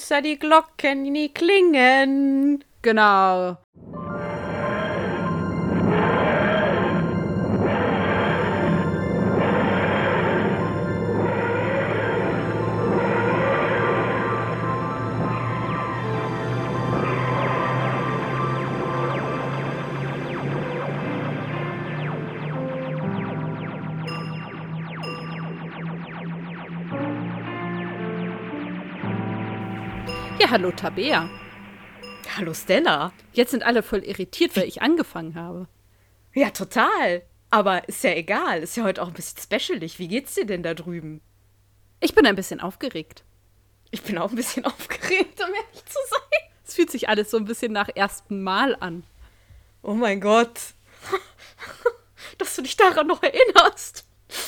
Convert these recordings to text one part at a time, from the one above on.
außer die Glocken, die klingen. Genau. Ja, hallo Tabea. Hallo Stella. Jetzt sind alle voll irritiert, weil ich angefangen habe. Ja, total. Aber ist ja egal. Ist ja heute auch ein bisschen specialig. Wie geht's dir denn da drüben? Ich bin ein bisschen aufgeregt. Ich bin auch ein bisschen aufgeregt, um ehrlich zu sein. Es fühlt sich alles so ein bisschen nach ersten Mal an. Oh mein Gott. Dass du dich daran noch erinnerst.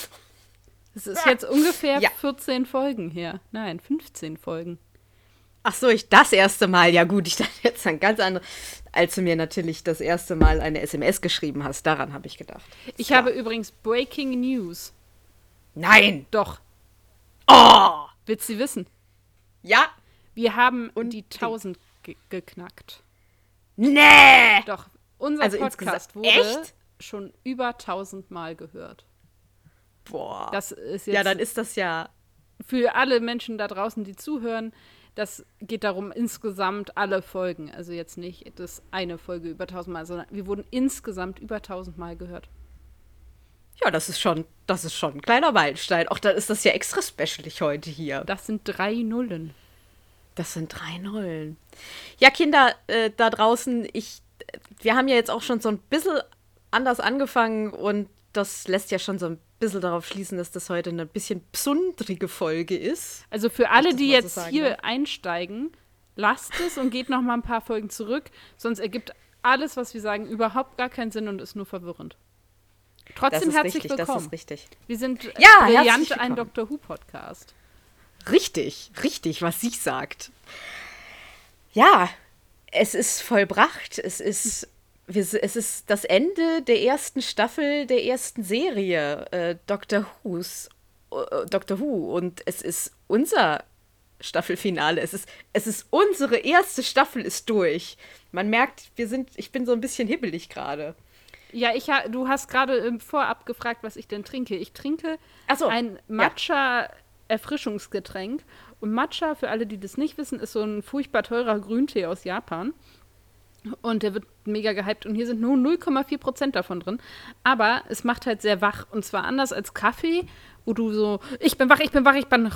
Es ist jetzt ungefähr 14 Folgen her. Nein, 15 Folgen. Ach so, das erste Mal. Ja gut, ich dachte jetzt an ganz andere. Als du mir natürlich das erste Mal eine SMS geschrieben hast, daran habe ich gedacht. Ich habe übrigens Breaking News. Nein! Doch. Oh! Willst du wissen? Ja! Wir haben die 1000 geknackt. Nee! Doch, unser Podcast wurde schon über 1000 Mal gehört. Boah. Das ist jetzt ja, dann ist das ja für alle Menschen da draußen, die zuhören, das geht darum, insgesamt alle Folgen. Also jetzt nicht das eine Folge über 1000 Mal, sondern wir wurden insgesamt über 1000 Mal gehört. Ja, das ist schon ein kleiner Meilenstein. Auch dann ist das ja extra specialig heute hier. Das sind 3 Nullen. Das sind 3 Nullen. Ja, Kinder da draußen, wir haben ja jetzt auch schon so ein bisschen anders angefangen und das lässt ja schon so ein bisschen darauf schließen, dass das heute eine bisschen besondere Folge ist. Also für alle, die jetzt so hier einsteigen, lasst es und geht noch mal ein paar Folgen zurück, sonst ergibt alles, was wir sagen, überhaupt gar keinen Sinn und ist nur verwirrend. Trotzdem herzlich willkommen. Das ist richtig. Wir sind brillant ein Doctor Who Podcast. Richtig, was sie sagt. Ja, es ist vollbracht. Es ist das Ende der ersten Staffel der ersten Serie Doctor Who und es ist unser Staffelfinale. Es ist unsere erste Staffel ist durch. Man merkt, ich bin so ein bisschen hibbelig gerade. Ja, du hast gerade im Vorab gefragt, was ich denn trinke. Ich trinke ein Matcha-Erfrischungsgetränk. Und Matcha, für alle, die das nicht wissen, ist so ein furchtbar teurer Grüntee aus Japan. Und der wird mega gehypt. Und hier sind nur 0,4% davon drin. Aber es macht halt sehr wach. Und zwar anders als Kaffee, wo du so, ich bin wach, ich bin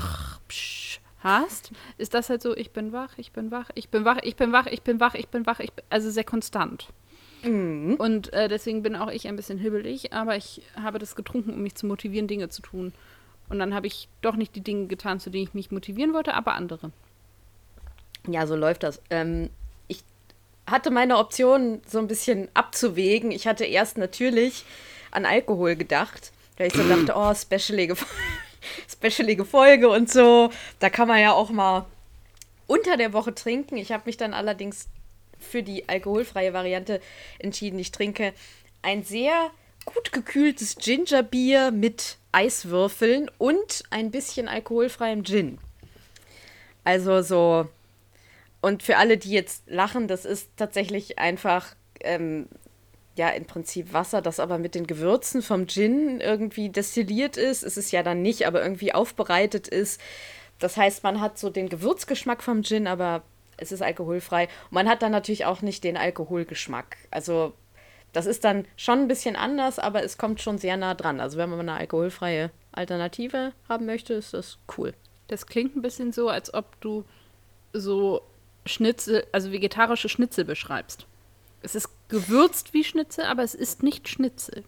hast. Ist das halt so, ich bin wach, ich bin wach, ich bin wach, ich bin wach, ich bin wach, ich bin wach. Also sehr konstant. Mhm. Und deswegen bin auch ich ein bisschen hibbelig. Aber ich habe das getrunken, um mich zu motivieren, Dinge zu tun. Und dann habe ich doch nicht die Dinge getan, zu denen ich mich motivieren wollte, aber andere. Ja, so läuft das. Ich hatte meine Option so ein bisschen abzuwägen. Ich hatte erst natürlich an Alkohol gedacht, weil ich so dachte, oh, specialige Folge und so. Da kann man ja auch mal unter der Woche trinken. Ich habe mich dann allerdings für die alkoholfreie Variante entschieden. Ich trinke ein sehr gut gekühltes Gingerbier mit Eiswürfeln und ein bisschen alkoholfreiem Gin. Also so. Und für alle, die jetzt lachen, das ist tatsächlich einfach, im Prinzip Wasser, das aber mit den Gewürzen vom Gin irgendwie destilliert ist. Es ist ja dann nicht, aber irgendwie aufbereitet ist. Das heißt, man hat so den Gewürzgeschmack vom Gin, aber es ist alkoholfrei. Und man hat dann natürlich auch nicht den Alkoholgeschmack. Also das ist dann schon ein bisschen anders, aber es kommt schon sehr nah dran. Also wenn man eine alkoholfreie Alternative haben möchte, ist das cool. Das klingt ein bisschen so, als ob du so Schnitzel, also vegetarische Schnitzel beschreibst. Es ist gewürzt wie Schnitzel, aber es ist nicht Schnitzel.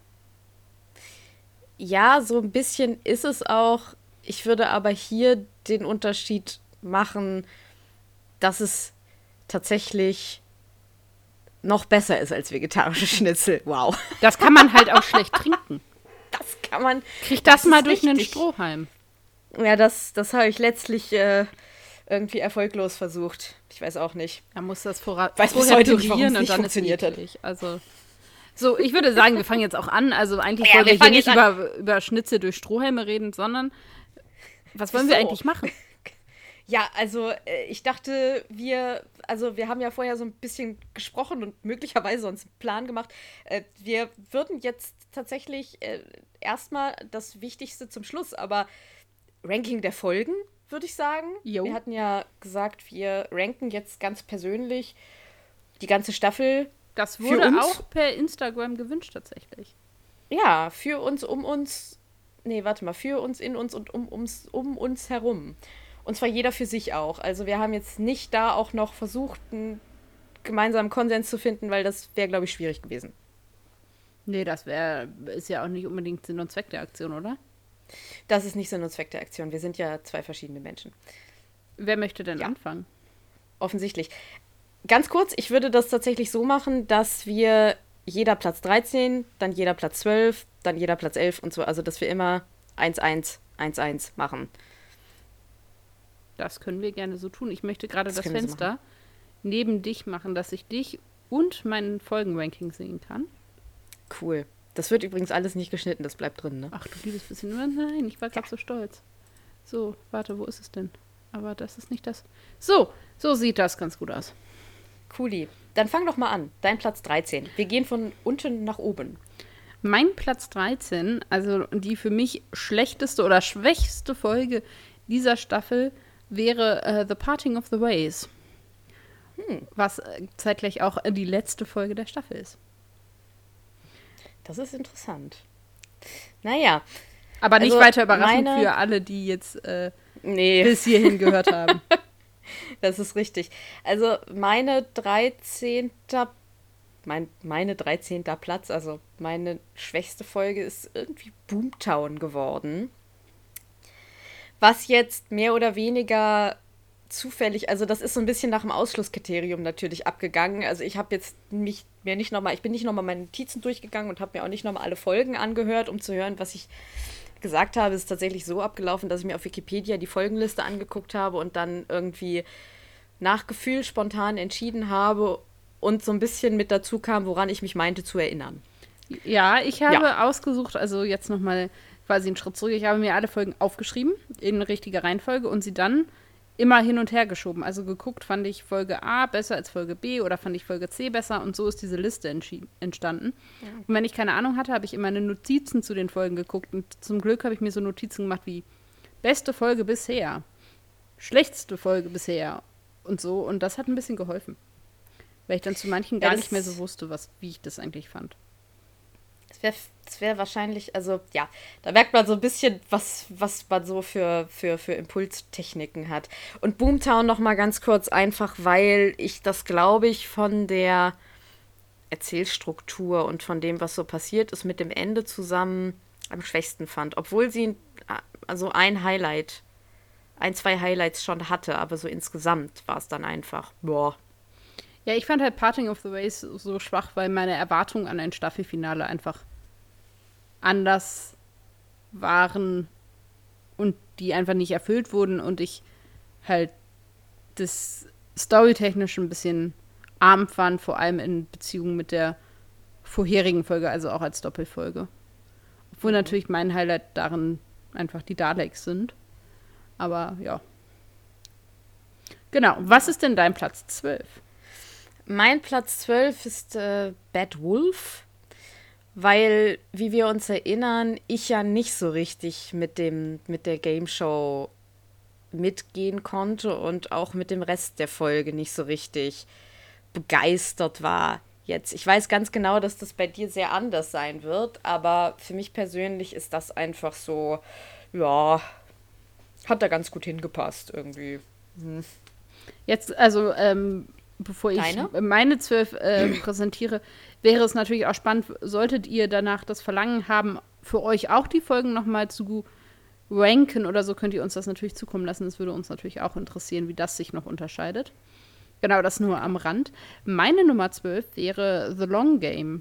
Ja, so ein bisschen ist es auch. Ich würde aber hier den Unterschied machen, dass es tatsächlich noch besser ist als vegetarische Schnitzel. Wow. Das kann man halt auch schlecht trinken. Das kann man. Krieg das mal durch einen Strohhalm. Ja, das habe ich letztlich irgendwie erfolglos versucht. Ich weiß auch nicht. Da muss das vorher pürieren und dann funktioniert hat. Also, so, ich würde sagen, wir fangen jetzt auch an. Also eigentlich wollen wir hier nicht über Schnitzel durch Strohhalme reden, sondern was wollen wir eigentlich machen? Ja, also ich dachte, wir haben ja vorher so ein bisschen gesprochen und möglicherweise uns einen Plan gemacht. Wir würden jetzt tatsächlich erstmal das Wichtigste zum Schluss, aber Ranking der Folgen, würde ich sagen. Wir Jo. hatten ja gesagt, wir ranken jetzt ganz persönlich die ganze Staffel Das für wurde uns. auch per Instagram gewünscht tatsächlich. Ja, für uns, um uns. Nee, warte mal, für uns, in uns und um uns herum. Und zwar jeder für sich auch. Also wir haben jetzt nicht da auch noch versucht, einen gemeinsamen Konsens zu finden, weil das wäre, glaube ich, schwierig gewesen. Nee, ist ja auch nicht unbedingt Sinn und Zweck der Aktion, oder? Das ist nicht Sinn und Zweck der Aktion. Wir sind ja zwei verschiedene Menschen. Wer möchte denn Ja, anfangen? offensichtlich. Ganz kurz, ich würde das tatsächlich so machen, dass wir jeder Platz 13, dann jeder Platz 12, dann jeder Platz 11 und so. Also, dass wir immer 1-1, 1-1 machen. Das können wir gerne so tun. Ich möchte gerade Das das können wir so machen. Fenster neben dich machen, dass ich dich und meinen Folgenranking sehen kann. Cool. Das wird übrigens alles nicht geschnitten, das bleibt drin, ne? Ach du liebes bisschen. Nein, ich war Ja. gerade so stolz. So, warte, wo ist es denn? Aber das ist nicht das. So sieht das ganz gut aus. Cooli. Dann fang doch mal an. Dein Platz 13. Wir gehen von unten nach oben. Mein Platz 13, also die für mich schlechteste oder schwächste Folge dieser Staffel, wäre The Parting of the Ways. Was zeitgleich auch die letzte Folge der Staffel ist. Das ist interessant. Naja, Aber nicht also weiter überraschend meine. für alle, die jetzt Nee, bis hierhin gehört haben. das ist richtig. Also meine 13. Platz, also meine schwächste Folge ist irgendwie Boomtown geworden. Was jetzt mehr oder weniger zufällig, also das ist so ein bisschen nach dem Ausschlusskriterium natürlich abgegangen. Also ich habe jetzt mir nicht nochmal, ich bin nicht nochmal meine Notizen durchgegangen und habe mir auch nicht nochmal alle Folgen angehört, um zu hören, was ich gesagt habe. Es ist tatsächlich so abgelaufen, dass ich mir auf Wikipedia die Folgenliste angeguckt habe und dann irgendwie nach Gefühl spontan entschieden habe und so ein bisschen mit dazu kam, woran ich mich meinte zu erinnern. Ja, ich habe Ja. ausgesucht, also jetzt nochmal quasi einen Schritt zurück. Ich habe mir alle Folgen aufgeschrieben in richtiger Reihenfolge und sie dann immer hin und her geschoben. Also geguckt, fand ich Folge A besser als Folge B oder fand ich Folge C besser und so ist diese Liste entstanden. Und wenn ich keine Ahnung hatte, habe ich in meine Notizen zu den Folgen geguckt und zum Glück habe ich mir so Notizen gemacht wie beste Folge bisher, schlechteste Folge bisher und so und das hat ein bisschen geholfen. Weil ich dann zu manchen Ja, gar nicht mehr so wusste, wie ich das eigentlich fand. das wär wahrscheinlich, also ja, da merkt man so ein bisschen, was man so für Impulstechniken hat. Und Boomtown noch mal ganz kurz, einfach weil ich das, glaube ich, von der Erzählstruktur und von dem, was so passiert ist, mit dem Ende zusammen am schwächsten fand. Obwohl sie also ein, zwei Highlights schon hatte, aber so insgesamt war es dann einfach, boah. Ja, ich fand halt Parting of the Ways so schwach, weil meine Erwartungen an ein Staffelfinale einfach anders waren und die einfach nicht erfüllt wurden und ich halt das storytechnisch ein bisschen arm fand, vor allem in Beziehung mit der vorherigen Folge, also auch als Doppelfolge. Obwohl natürlich mein Highlight darin einfach die Daleks sind. Aber ja. Genau. Was ist denn dein Platz 12? Mein Platz 12 ist Bad Wolf, weil, wie wir uns erinnern, ich ja nicht so richtig mit der Game Show mitgehen konnte und auch mit dem Rest der Folge nicht so richtig begeistert war jetzt. Ich weiß ganz genau, dass das bei dir sehr anders sein wird, aber für mich persönlich ist das einfach so, ja, hat da ganz gut hingepasst irgendwie. Jetzt, also, bevor ich Deine? meine 12 präsentiere, wäre es natürlich auch spannend, solltet ihr danach das Verlangen haben, für euch auch die Folgen nochmal zu ranken oder so, könnt ihr uns das natürlich zukommen lassen. Es würde uns natürlich auch interessieren, wie das sich noch unterscheidet. Genau, das nur am Rand. Meine Nummer 12 wäre The Long Game.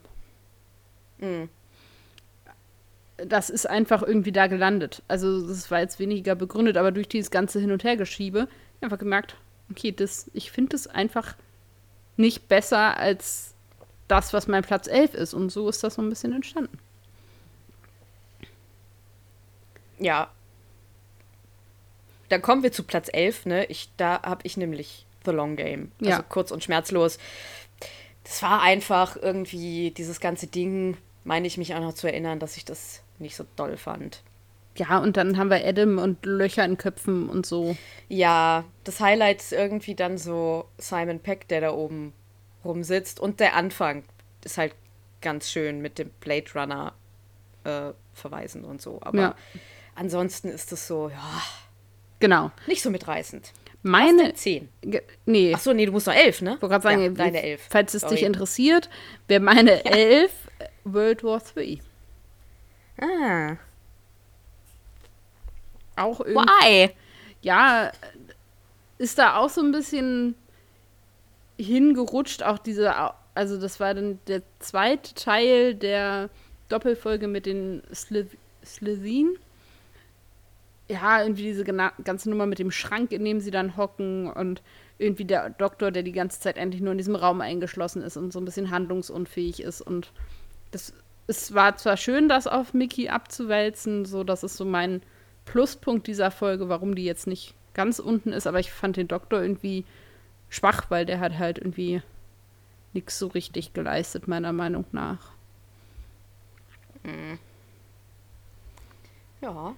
Das ist einfach irgendwie da gelandet. Also, das war jetzt weniger begründet, aber durch dieses ganze Hin- und Hergeschiebe habe ich einfach gemerkt, okay, ich finde es einfach nicht besser als das, was mein Platz 11 ist. Und so ist das so ein bisschen entstanden. Ja, dann kommen wir zu Platz 11, ne? Da habe ich nämlich The Long Game. Also Ja. kurz und schmerzlos. Das war einfach irgendwie dieses ganze Ding, meine ich mich auch noch zu erinnern, dass ich das nicht so doll fand. Ja, und dann haben wir Adam und Löcher in Köpfen und so. Ja, das Highlight ist irgendwie dann so Simon Pegg, der da oben rumsitzt. Und der Anfang ist halt ganz schön mit dem Blade Runner Verweisen und so. Aber Ja. ansonsten ist es so, ja, Genau. nicht so mitreißend. Meine. 10. Nee. Achso, nee, du musst noch 11, ne? Ich wollte gerade sagen, ja, deine 11. falls es dich Sorry. interessiert, wäre meine 11 World War III. Ah. Auch irgendwie. Why? Ja, ist da auch so ein bisschen hingerutscht, auch also das war dann der zweite Teil der Doppelfolge mit den Slitheen. Ja, irgendwie diese ganze Nummer mit dem Schrank, in dem sie dann hocken und irgendwie der Doktor, der die ganze Zeit eigentlich nur in diesem Raum eingeschlossen ist und so ein bisschen handlungsunfähig ist. Und es war zwar schön, das auf Mickey abzuwälzen, so das ist so mein Pluspunkt dieser Folge, warum die jetzt nicht ganz unten ist, aber ich fand den Doktor irgendwie schwach, weil der hat halt irgendwie nichts so richtig geleistet, meiner Meinung nach. Ja.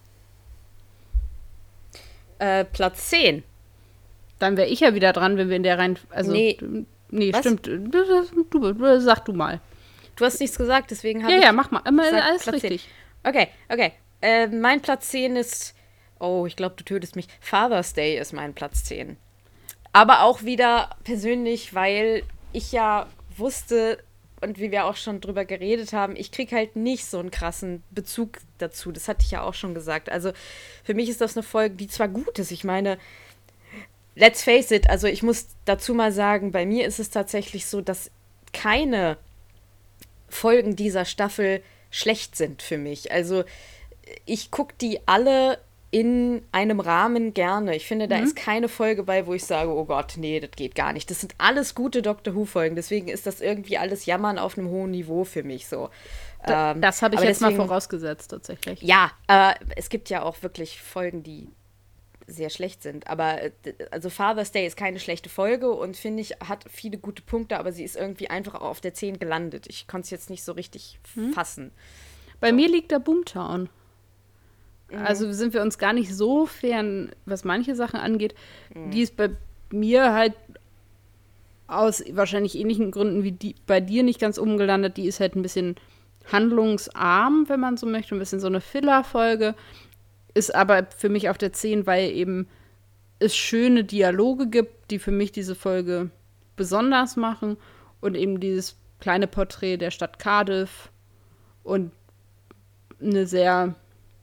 Platz 10. Dann wäre ich ja wieder dran, wenn wir in der Reihen. Also, Nee. Nee, Was? stimmt. Sag du mal. Du hast nichts gesagt, deswegen habe ich... Ja, mach mal. Immer sag alles Platz 10. richtig. Okay. Mein Platz 10 ist... Oh, ich glaube, du tötest mich. Father's Day ist mein Platz 10. Aber auch wieder persönlich, weil ich ja wusste und wie wir auch schon drüber geredet haben, ich kriege halt nicht so einen krassen Bezug dazu. Das hatte ich ja auch schon gesagt. Also für mich ist das eine Folge, die zwar gut ist. Ich meine, let's face it, also ich muss dazu mal sagen, bei mir ist es tatsächlich so, dass keine Folgen dieser Staffel schlecht sind für mich. Also ich gucke die alle in einem Rahmen gerne. Ich finde, da ist keine Folge bei, wo ich sage, oh Gott, nee, das geht gar nicht. Das sind alles gute Doctor Who-Folgen. Deswegen ist das irgendwie alles Jammern auf einem hohen Niveau für mich so. Das habe ich aber jetzt deswegen, mal vorausgesetzt, tatsächlich. Ja, es gibt ja auch wirklich Folgen, die sehr schlecht sind. Aber also Father's Day ist keine schlechte Folge und finde ich, hat viele gute Punkte, aber sie ist irgendwie einfach auch auf der 10 gelandet. Ich konnte es jetzt nicht so richtig fassen. Bei mir liegt der Boomtown. Also sind wir uns gar nicht so fern, was manche Sachen angeht. Die ist bei mir halt aus wahrscheinlich ähnlichen Gründen wie die bei dir nicht ganz oben gelandet. Die ist halt ein bisschen handlungsarm, wenn man so möchte. Ein bisschen so eine Filler-Folge. Ist aber für mich auf der 10, weil eben es schöne Dialoge gibt, die für mich diese Folge besonders machen. Und eben dieses kleine Porträt der Stadt Cardiff und eine sehr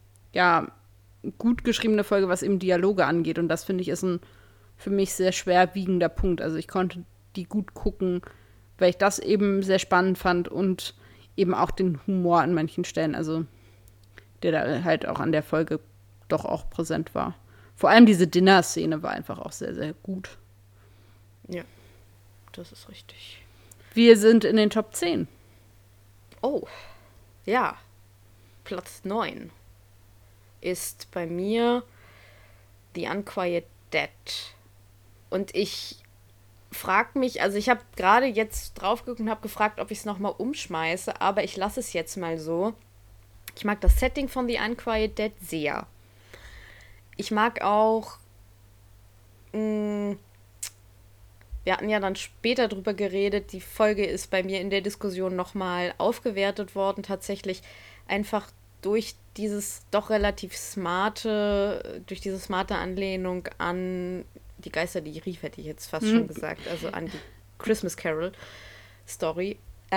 gut geschriebene Folge, was eben Dialoge angeht. Und das, finde ich, ist ein für mich sehr schwerwiegender Punkt. Also ich konnte die gut gucken, weil ich das eben sehr spannend fand und eben auch den Humor an manchen Stellen, also der da halt auch an der Folge doch auch präsent war. Vor allem diese Dinner-Szene war einfach auch sehr, sehr gut. Ja, das ist richtig. Wir sind in den Top 10. Oh, ja. Platz 9 ist bei mir The Unquiet Dead. Und ich frage mich, also ich habe gerade jetzt drauf geguckt und habe gefragt, ob ich es nochmal umschmeiße, aber ich lasse es jetzt mal so. Ich mag das Setting von The Unquiet Dead sehr. Ich mag auch, wir hatten ja dann später drüber geredet, die Folge ist bei mir in der Diskussion nochmal aufgewertet worden, tatsächlich einfach durch dieses doch relativ durch diese smarte Anlehnung an die Geister, die ich rief, hätte ich jetzt fast schon gesagt, also an die Christmas Carol Story.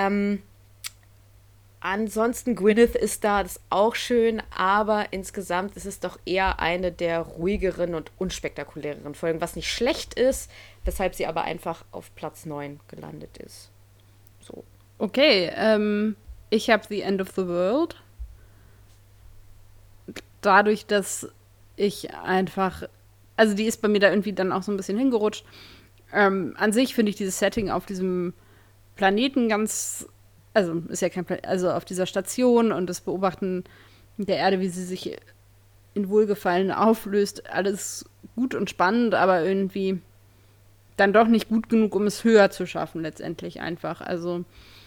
Ansonsten Gwyneth ist da, das ist auch schön, aber insgesamt ist es doch eher eine der ruhigeren und unspektakuläreren Folgen, was nicht schlecht ist, weshalb sie aber einfach auf Platz 9 gelandet ist. So. Okay, ich habe The End of the World. Dadurch, dass ich einfach, also die ist bei mir da irgendwie dann auch so ein bisschen hingerutscht. An sich finde ich dieses Setting auf diesem Planeten ganz, also ist ja kein Planet, also auf dieser Station und das Beobachten der Erde, wie sie sich in Wohlgefallen auflöst. Alles gut und spannend, aber irgendwie dann doch nicht gut genug, um es höher zu schaffen, letztendlich einfach. Also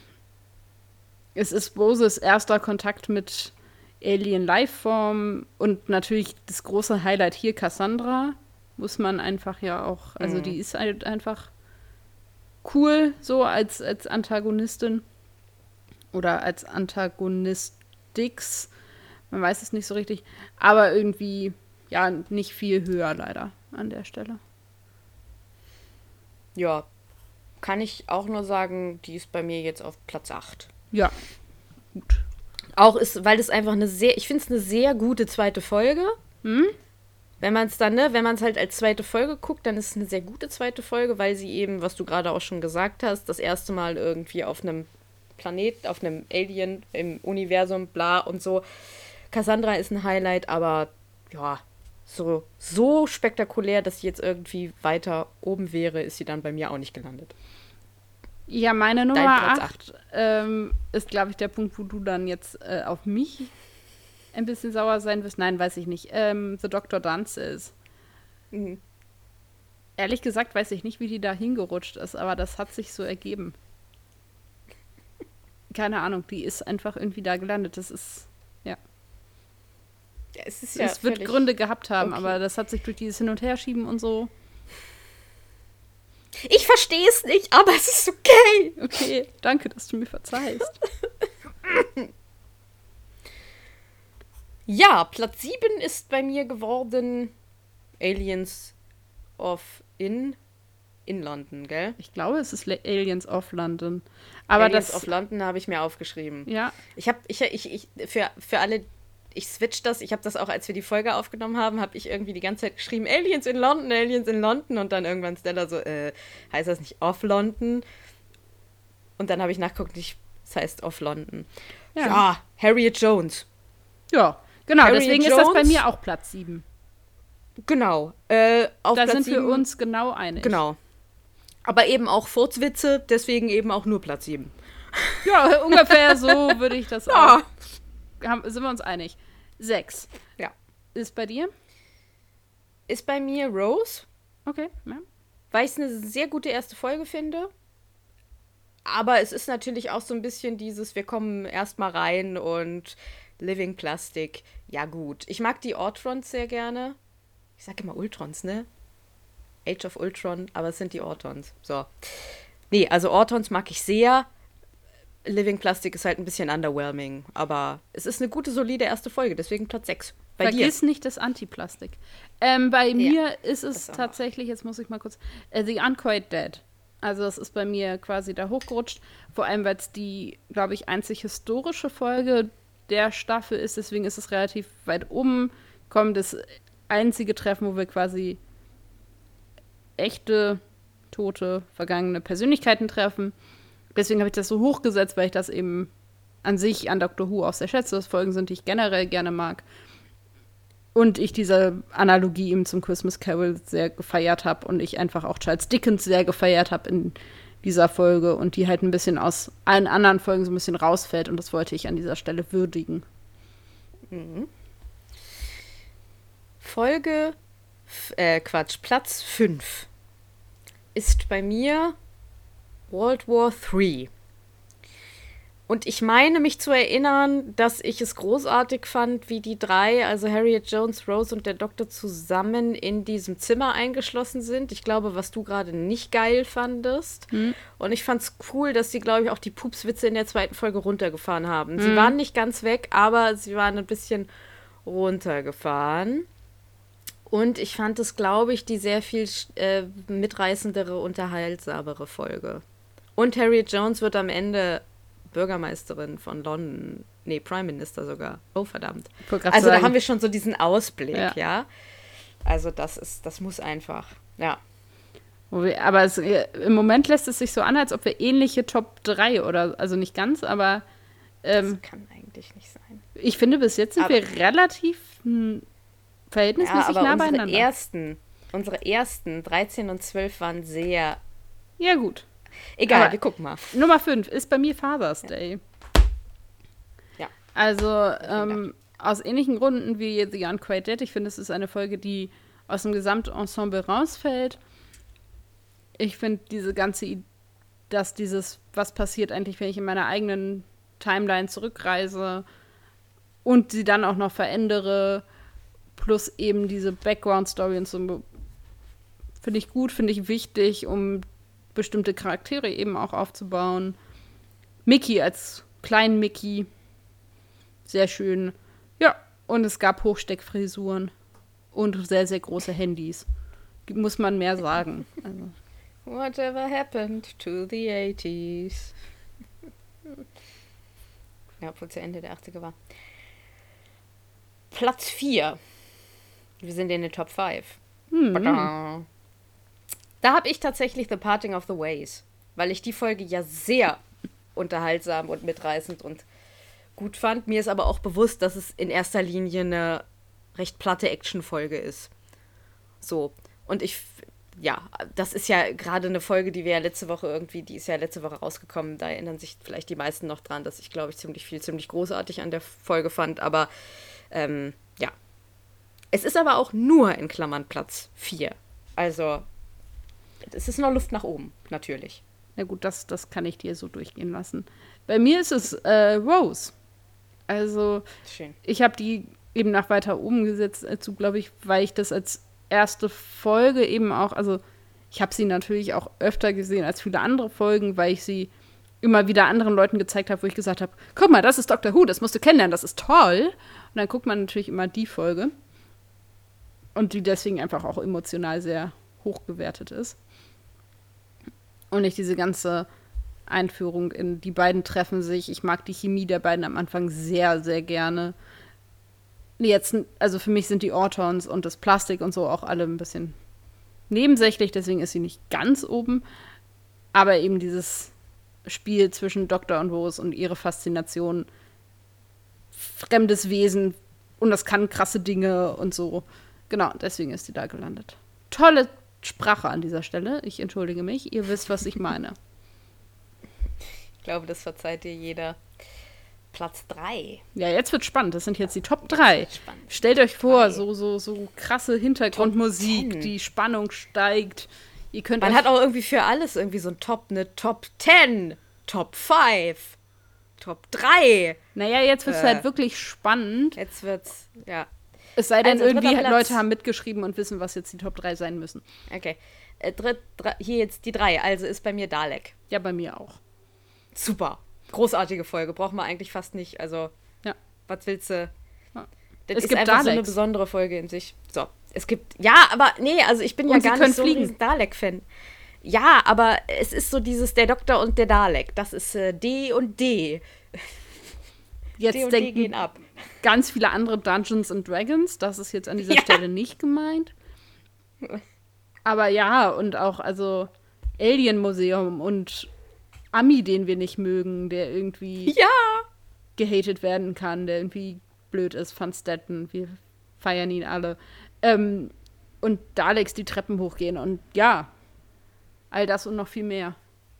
es ist Roses erster Kontakt mit Alien-Lifeform und natürlich das große Highlight hier, Cassandra, muss man einfach ja auch, also die ist halt einfach cool, so als Antagonistin oder als Antagonistix, man weiß es nicht so richtig, aber irgendwie, ja, nicht viel höher leider an der Stelle. Ja, kann ich auch nur sagen, die ist bei mir jetzt auf Platz 8. Ja, gut. Auch ist, weil das einfach ich finde es eine sehr gute zweite Folge. Wenn man es dann, ne, wenn man es halt als zweite Folge guckt, dann ist es eine sehr gute zweite Folge, weil sie eben, was du gerade auch schon gesagt hast, das erste Mal irgendwie auf einem Planet, auf einem Alien im Universum, bla und so. Cassandra ist ein Highlight, aber ja, so spektakulär, dass sie jetzt irgendwie weiter oben wäre, ist sie dann bei mir auch nicht gelandet. Ja, meine Nummer Platz 8 ist, glaube ich, der Punkt, wo du dann jetzt auf mich ein bisschen sauer sein wirst. Nein, weiß ich nicht. The Dr. Dances. Mhm. Ehrlich gesagt weiß ich nicht, wie die da hingerutscht ist, aber das hat sich so ergeben. Keine Ahnung, die ist einfach irgendwie da gelandet. Das ist, ja. Ja, es wird Gründe gehabt haben, okay. Aber das hat sich durch dieses Hin- und Herschieben und so. Ich verstehe es nicht, aber es ist okay. Okay, danke, dass du mir verzeihst. Ja, Platz 7 ist bei mir geworden Aliens in London, gell? Ich glaube, es ist Aliens of London. Aber Aliens das of London habe ich mir aufgeschrieben. Ja. Für alle, ich switch das, ich habe das auch, als wir die Folge aufgenommen haben, habe ich irgendwie die ganze Zeit geschrieben, Aliens in London und dann irgendwann Stella so, heißt das nicht of London? Und dann habe ich nachgeguckt, es heißt of London. Ja, Harriet Jones. Ja, genau, Harriet deswegen Jones, ist das bei mir auch Platz 7. Genau. Auf da Platz sind 7, wir uns genau einig. Genau. Aber eben auch Furzwitze, deswegen eben auch nur Platz 7. Ja, ungefähr so würde ich das auch. Sind wir uns einig. 6. Ja. Ist bei dir? Ist bei mir Rose. Okay, ja. Weil ich es eine sehr gute erste Folge finde. Aber es ist natürlich auch so ein bisschen dieses, wir kommen erstmal rein und Living Plastic, ja gut. Ich mag die Ortrons sehr gerne. Ich sag immer Ultrons, ne? Age of Ultron, aber es sind die Ortons. So. Nee, also Ortons mag ich sehr. Living Plastic ist halt ein bisschen underwhelming, aber es ist eine gute, solide erste Folge, deswegen Platz 6. Vergiss nicht das Antiplastik. Bei mir ist es tatsächlich, jetzt muss ich mal kurz, The Unquiet Dead. Also das ist bei mir quasi da hochgerutscht, vor allem, weil es die, glaube ich, einzig historische Folge der Staffel ist, deswegen ist es relativ weit oben, kommt das einzige Treffen, wo wir quasi echte, tote, vergangene Persönlichkeiten treffen. Deswegen habe ich das so hochgesetzt, weil ich das eben an sich an Doctor Who auch sehr schätze, dass Folgen sind, die ich generell gerne mag. Und ich diese Analogie eben zum Christmas Carol sehr gefeiert habe und ich einfach auch Charles Dickens sehr gefeiert habe in dieser Folge und die halt ein bisschen aus allen anderen Folgen so ein bisschen rausfällt und das wollte ich an dieser Stelle würdigen. Mhm. Platz 5 ist bei mir World War III. Und ich meine mich zu erinnern, dass ich es großartig fand, wie die drei, also Harriet Jones, Rose und der Doktor, zusammen in diesem Zimmer eingeschlossen sind. Ich glaube, was du gerade nicht geil fandest. Und ich fand es cool, dass sie, glaube ich, auch die Pupswitze in der zweiten Folge runtergefahren haben. Sie waren nicht ganz weg, aber sie waren ein bisschen runtergefahren. Und ich fand es, glaube ich, die sehr viel mitreißendere, unterhaltsamere Folge. Und Harriet Jones wird am Ende Bürgermeisterin von London. Nee, Prime Minister sogar. Oh, verdammt. Also da haben wir schon so diesen Ausblick, ja. Also das muss einfach, ja. Aber im Moment lässt es sich so an, als ob wir ähnliche Top 3 oder, also nicht ganz, aber das kann eigentlich nicht sein. Ich finde, bis jetzt sind wir relativ verhältnismäßig nah beieinander. Unsere ersten 13 und 12 waren sehr... Ja, gut. Egal, aber wir gucken mal. Nummer 5 ist bei mir Father's Day. Ja. Also, aus ähnlichen Gründen wie The Unquiet Dead. Ich finde, es ist eine Folge, die aus dem Gesamtensemble rausfällt. Ich finde diese ganze, dass dieses, was passiert eigentlich, wenn ich in meiner eigenen Timeline zurückreise und sie dann auch noch verändere, plus eben diese Background-Story und so, finde ich gut, finde ich wichtig, um bestimmte Charaktere eben auch aufzubauen. Mickey als kleinen Mickey, sehr schön. Ja, und es gab Hochsteckfrisuren und sehr, sehr große Handys. Muss man mehr sagen. Also. Whatever happened to the 80s? Ja, obwohl es ja Ende der 80er war. Platz 4. Wir sind in den Top 5. Da habe ich tatsächlich The Parting of the Ways, weil ich die Folge ja sehr unterhaltsam und mitreißend und gut fand. Mir ist aber auch bewusst, dass es in erster Linie eine recht platte Actionfolge ist. So. Und das ist ja gerade eine Folge, die ist ja letzte Woche rausgekommen. Da erinnern sich vielleicht die meisten noch dran, dass ich, glaube ich, ziemlich großartig an der Folge fand. Aber ja. Es ist aber auch nur in Klammern Platz 4. Also, es ist noch Luft nach oben, natürlich. Na gut, das kann ich dir so durchgehen lassen. Bei mir ist es Rose. Also, schön. Ich habe die eben nach weiter oben gesetzt, glaube ich, weil ich das als erste Folge eben auch, also ich habe sie natürlich auch öfter gesehen als viele andere Folgen, weil ich sie immer wieder anderen Leuten gezeigt habe, wo ich gesagt habe, guck mal, das ist Doctor Who, das musst du kennenlernen, das ist toll. Und dann guckt man natürlich immer die Folge. Und die deswegen einfach auch emotional sehr hoch gewertet ist. Und ich diese ganze Einführung in die beiden treffen sich. Ich mag die Chemie der beiden am Anfang sehr, sehr gerne. Jetzt, also für mich sind die Ortons und das Plastik und so auch alle ein bisschen nebensächlich, deswegen ist sie nicht ganz oben. Aber eben dieses Spiel zwischen Doktor und Rose und ihre Faszination, fremdes Wesen und das kann krasse Dinge und so. Genau, deswegen ist sie da gelandet. Tolle Sprache an dieser Stelle. Ich entschuldige mich. Ihr wisst, was ich meine. Ich glaube, das verzeiht dir jeder. Platz 3. Ja, jetzt wird spannend. Das sind jetzt die Top 3. Stellt euch vor, so krasse Hintergrundmusik, die Spannung steigt. Ihr könnt Man hat auch irgendwie für alles irgendwie so eine Top 10, Top 5, Top 3. Naja, jetzt wird es halt wirklich spannend. Jetzt wird's, ja. Es sei denn, irgendwie Leute haben mitgeschrieben und wissen, was jetzt die Top 3 sein müssen. Okay. Hier jetzt die 3. Also ist bei mir Dalek. Ja, bei mir auch. Super. Großartige Folge. Braucht man eigentlich fast nicht. Also, ja. Was willst du? Ja. Das ist einfach so eine besondere Folge in sich. So. Es gibt. Ja, aber nee, also ich bin ja gar nicht so ein riesen Dalek-Fan. Ja, aber es ist so dieses der Doktor und der Dalek. Das ist D und D. Jetzt D und D gehen ab. Ganz viele andere Dungeons and Dragons. Das ist jetzt an dieser Stelle nicht gemeint. Aber ja, und auch also Alien-Museum und Ami, den wir nicht mögen, der irgendwie gehatet werden kann, der irgendwie blöd ist, Van Stetten, wir feiern ihn alle. Und Daleks, die Treppen hochgehen und ja, all das und noch viel mehr.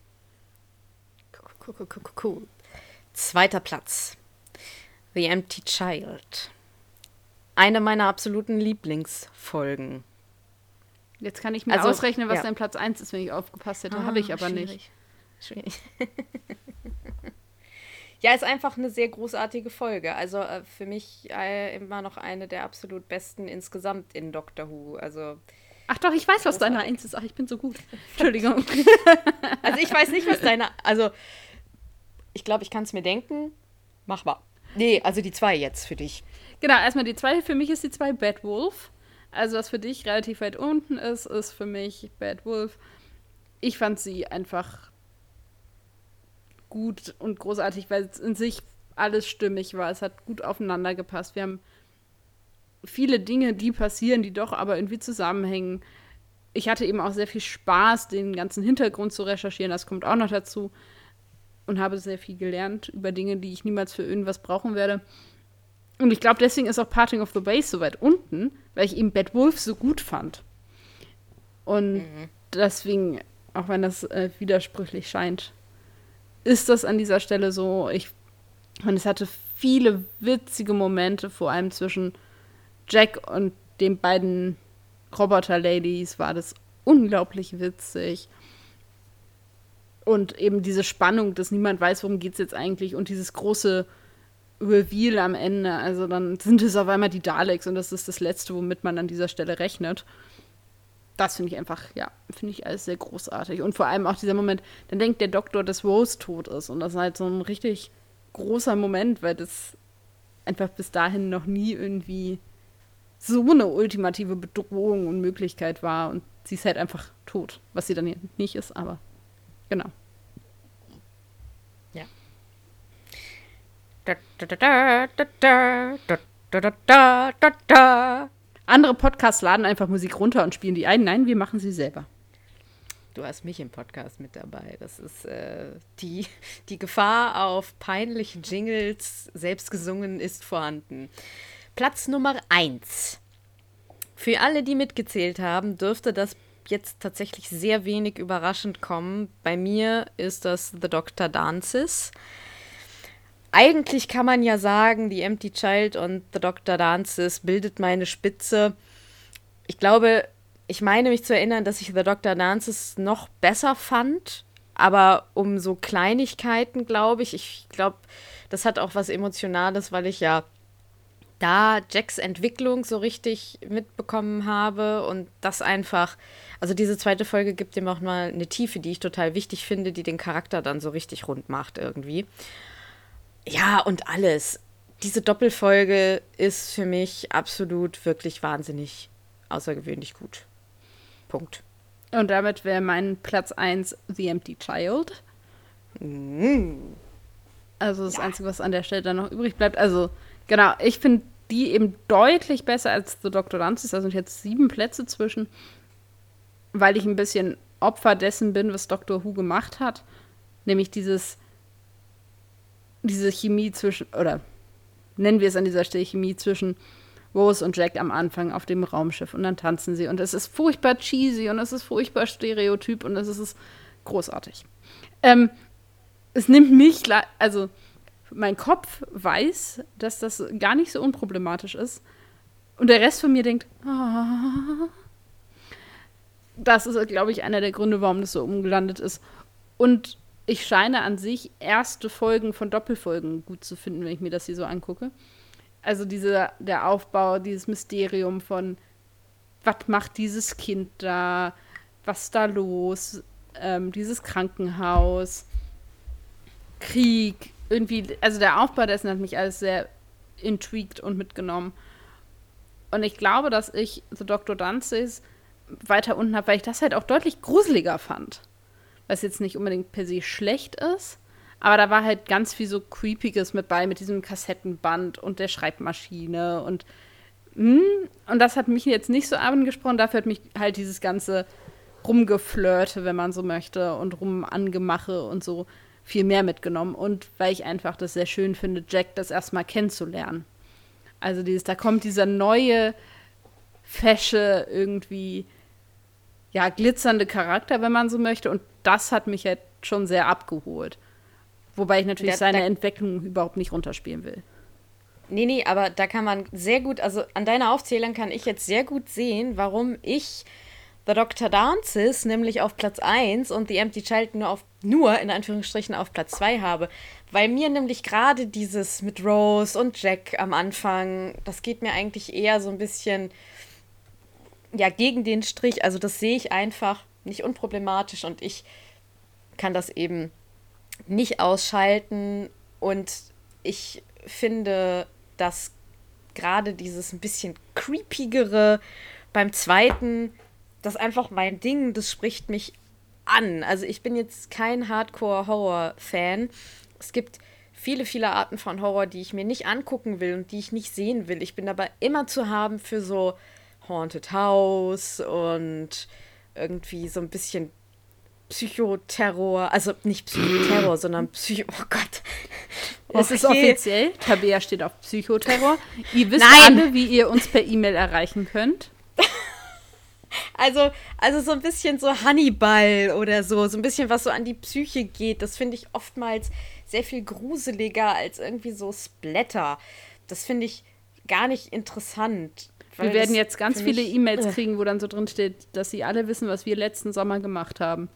Cool. Zweiter Platz. The Empty Child. Eine meiner absoluten Lieblingsfolgen. Jetzt kann ich mir ausrechnen, was dein Platz 1 ist, wenn ich aufgepasst hätte. Habe ich aber nicht. Schwierig. Ja, ist einfach eine sehr großartige Folge. Also für mich immer noch eine der absolut besten insgesamt in Doctor Who. Also, ach doch, ich weiß, was deine 1 ist. Ach, ich bin so gut. Entschuldigung. Also ich weiß nicht, was deine... Also ich glaube, ich kann es mir denken. Machbar. Nee, also die 2 jetzt für dich. Genau, erstmal die 2. Für mich ist die 2 Bad Wolf. Also was für dich relativ weit unten ist für mich Bad Wolf. Ich fand sie einfach gut und großartig, weil es in sich alles stimmig war. Es hat gut aufeinander gepasst. Wir haben viele Dinge, die passieren, die doch aber irgendwie zusammenhängen. Ich hatte eben auch sehr viel Spaß, den ganzen Hintergrund zu recherchieren. Das kommt auch noch dazu. Und habe sehr viel gelernt über Dinge, die ich niemals für irgendwas brauchen werde. Und ich glaube, deswegen ist auch Parting of the Ways so weit unten, weil ich eben Bad Wolf so gut fand. Und deswegen, auch wenn das widersprüchlich scheint, ist das an dieser Stelle so. Ich Und es hatte viele witzige Momente, vor allem zwischen Jack und den beiden Roboter-Ladies war das unglaublich witzig. Und eben diese Spannung, dass niemand weiß, worum geht es jetzt eigentlich. Und dieses große Reveal am Ende. Also dann sind es auf einmal die Daleks und das ist das Letzte, womit man an dieser Stelle rechnet. Das finde ich einfach, ja, finde ich alles sehr großartig. Und vor allem auch dieser Moment, dann denkt der Doktor, dass Rose tot ist. Und das ist halt so ein richtig großer Moment, weil das einfach bis dahin noch nie irgendwie so eine ultimative Bedrohung und Möglichkeit war. Und sie ist halt einfach tot, was sie dann hier nicht ist, aber genau. Ja. Da, da, da, da, da, da, da, da, da, da. Andere Podcasts laden einfach Musik runter und spielen die ein. Nein, wir machen sie selber. Du hast mich im Podcast mit dabei. Das ist die Gefahr auf peinliche Jingles, selbst gesungen, ist vorhanden. Platz Nummer 1. Für alle, die mitgezählt haben, dürfte das jetzt tatsächlich sehr wenig überraschend kommen. Bei mir ist das The Dr. Dances. Eigentlich kann man ja sagen, The Empty Child und The Dr. Dances bildet meine Spitze. Ich glaube, ich meine mich zu erinnern, dass ich The Dr. Dances noch besser fand, aber um so Kleinigkeiten, glaube ich. Ich glaube, das hat auch was Emotionales, weil ich ja da Jacks Entwicklung so richtig mitbekommen habe und das einfach, also diese zweite Folge gibt ihm auch mal eine Tiefe, die ich total wichtig finde, die den Charakter dann so richtig rund macht irgendwie. Ja, und alles. Diese Doppelfolge ist für mich absolut wirklich wahnsinnig außergewöhnlich gut. Punkt. Und damit wäre mein Platz 1 The Empty Child. Also das Einzige, was an der Stelle dann noch übrig bleibt. Also, genau, ich finde die eben deutlich besser als The Dr. Dances. Da sind jetzt 7 Plätze zwischen, weil ich ein bisschen Opfer dessen bin, was Doctor Who gemacht hat. Nämlich diese Chemie zwischen, oder nennen wir es an dieser Stelle Chemie zwischen Rose und Jack am Anfang auf dem Raumschiff und dann tanzen sie und es ist furchtbar cheesy und es ist furchtbar stereotyp und es ist großartig. Es nimmt mich, also mein Kopf weiß, dass das gar nicht so unproblematisch ist und der Rest von mir denkt, das ist, glaube ich, einer der Gründe, warum das so umgelandet ist. Und ich scheine an sich erste Folgen von Doppelfolgen gut zu finden, wenn ich mir das hier so angucke. Also der Aufbau, dieses Mysterium von, was macht dieses Kind da, was ist da los, dieses Krankenhaus, Krieg, irgendwie, also der Aufbau dessen hat mich alles sehr intrigued und mitgenommen. Und ich glaube, dass ich The Dr. Dances weiter unten habe, weil ich das halt auch deutlich gruseliger fand. Was jetzt nicht unbedingt per se schlecht ist, aber da war halt ganz viel so Creepiges mit bei, mit diesem Kassettenband und der Schreibmaschine und das hat mich jetzt nicht so angesprochen, dafür hat mich halt dieses ganze Rumgeflirte, wenn man so möchte, und Rumangemache und so viel mehr mitgenommen und weil ich einfach das sehr schön finde, Jack das erstmal kennenzulernen. Also da kommt dieser neue, fesche, irgendwie ja, glitzernde Charakter, wenn man so möchte. Und das hat mich halt schon sehr abgeholt. Wobei ich natürlich seine Entwicklung überhaupt nicht runterspielen will. Nee, aber da kann man sehr gut, also an deiner Aufzählung kann ich jetzt sehr gut sehen, warum ich The Dr. Dances nämlich auf Platz 1 und The Empty Child nur in Anführungsstrichen auf Platz 2 habe. Weil mir nämlich gerade dieses mit Rose und Jack am Anfang, das geht mir eigentlich eher so ein bisschen ja, gegen den Strich. Also das sehe ich einfach nicht unproblematisch und ich kann das eben nicht ausschalten. Und ich finde, dass gerade dieses ein bisschen creepigere beim zweiten, das ist einfach mein Ding, das spricht mich an. Also ich bin jetzt kein Hardcore-Horror-Fan. Es gibt viele, viele Arten von Horror, die ich mir nicht angucken will und die ich nicht sehen will. Ich bin aber immer zu haben für so Haunted House und irgendwie so ein bisschen Psychoterror. Also nicht Psychoterror, sondern oh Gott. Es ist offiziell, Tabea steht auf Psychoterror. Ihr wisst alle, wie ihr uns per E-Mail erreichen könnt. Also so ein bisschen so Hannibal oder so ein bisschen was so an die Psyche geht. Das finde ich oftmals sehr viel gruseliger als irgendwie so Splatter. Das finde ich gar nicht interessant. Wir werden jetzt ganz viele E-Mails kriegen, wo dann so drin steht, dass sie alle wissen, was wir letzten Sommer gemacht haben.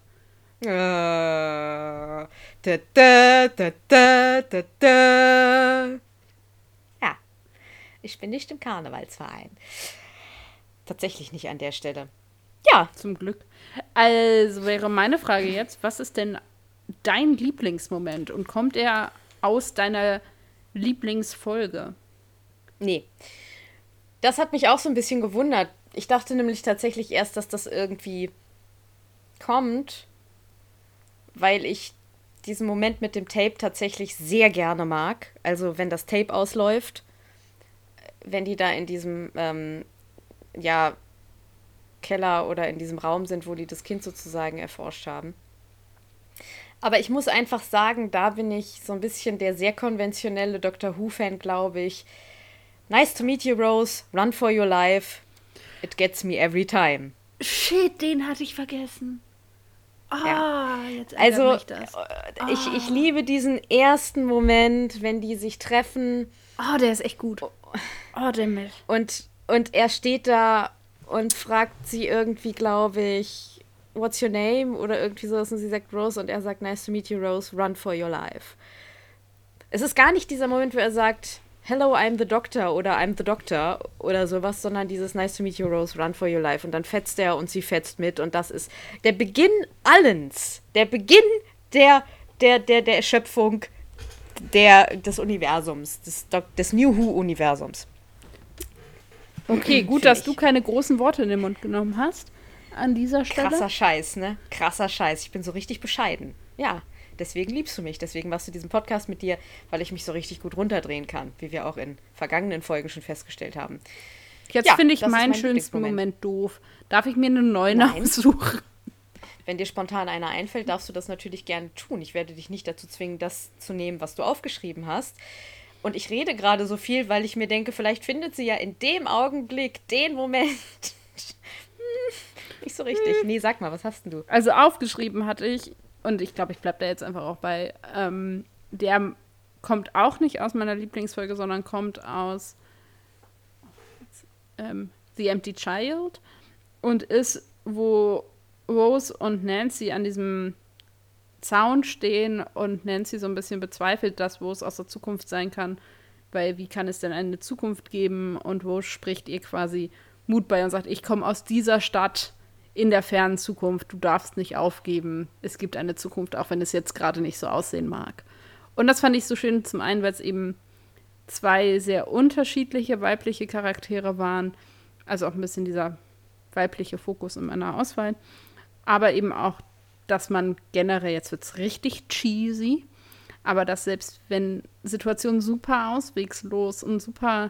Da, da, da, da, da, da. Ja, ich bin nicht im Karnevalsverein. Tatsächlich nicht an der Stelle. Ja. Zum Glück. Also wäre meine Frage jetzt, was ist denn dein Lieblingsmoment und kommt er aus deiner Lieblingsfolge? Nee. Das hat mich auch so ein bisschen gewundert. Ich dachte nämlich tatsächlich erst, dass das irgendwie kommt, weil ich diesen Moment mit dem Tape tatsächlich sehr gerne mag. Also wenn das Tape ausläuft, wenn die da in diesem Keller oder in diesem Raum sind, wo die das Kind sozusagen erforscht haben. Aber ich muss einfach sagen, da bin ich so ein bisschen der sehr konventionelle Doctor Who-Fan, glaube ich. Nice to meet you, Rose. Run for your life. It gets me every time. Shit, den hatte ich vergessen. Jetzt Also, mich das. Ich liebe diesen ersten Moment, wenn die sich treffen. Oh, der ist echt gut. Oh, der Milch. Und er steht da und fragt sie irgendwie, glaube ich, what's your name? Oder irgendwie sowas. Und sie sagt Rose und er sagt, nice to meet you, Rose, run for your life. Es ist gar nicht dieser Moment, wo er sagt, hello, I'm the Doctor oder I'm the Doctor oder sowas, sondern dieses nice to meet you, Rose, run for your life. Und dann fetzt er und sie fetzt mit. Und das ist der Beginn allens. Der Beginn der Erschöpfung des Universums, des New Who-Universums. Okay, gut, dass du keine großen Worte in den Mund genommen hast an dieser Stelle. Krasser Scheiß, ne? Krasser Scheiß. Ich bin so richtig bescheiden. Ja, deswegen liebst du mich. Deswegen machst du diesen Podcast mit dir, weil ich mich so richtig gut runterdrehen kann, wie wir auch in vergangenen Folgen schon festgestellt haben. Jetzt finde ich meinen schönsten Moment doof. Darf ich mir einen neuen aussuchen? Wenn dir spontan einer einfällt, darfst du das natürlich gerne tun. Ich werde dich nicht dazu zwingen, das zu nehmen, was du aufgeschrieben hast. Und ich rede gerade so viel, weil ich mir denke, vielleicht findet sie ja in dem Augenblick den Moment. Nicht so richtig. Nee, sag mal, was hast denn du? Also aufgeschrieben hatte ich, und ich glaube, ich bleibe da jetzt einfach auch bei, der kommt auch nicht aus meiner Lieblingsfolge, sondern kommt aus The Empty Child und ist, wo Rose und Nancy an diesem Zaun stehen und Nancy so ein bisschen bezweifelt, dass Rose aus der Zukunft sein kann, weil wie kann es denn eine Zukunft geben? Und Rose spricht ihr quasi Mut bei und sagt, ich komme aus dieser Stadt in der fernen Zukunft, du darfst nicht aufgeben, es gibt eine Zukunft, auch wenn es jetzt gerade nicht so aussehen mag. Und das fand ich so schön, zum einen, weil es eben zwei sehr unterschiedliche weibliche Charaktere waren, also auch ein bisschen dieser weibliche Fokus in meiner Auswahl, aber eben auch, dass man generell, jetzt wird es richtig cheesy, aber dass selbst wenn Situationen super auswegslos und super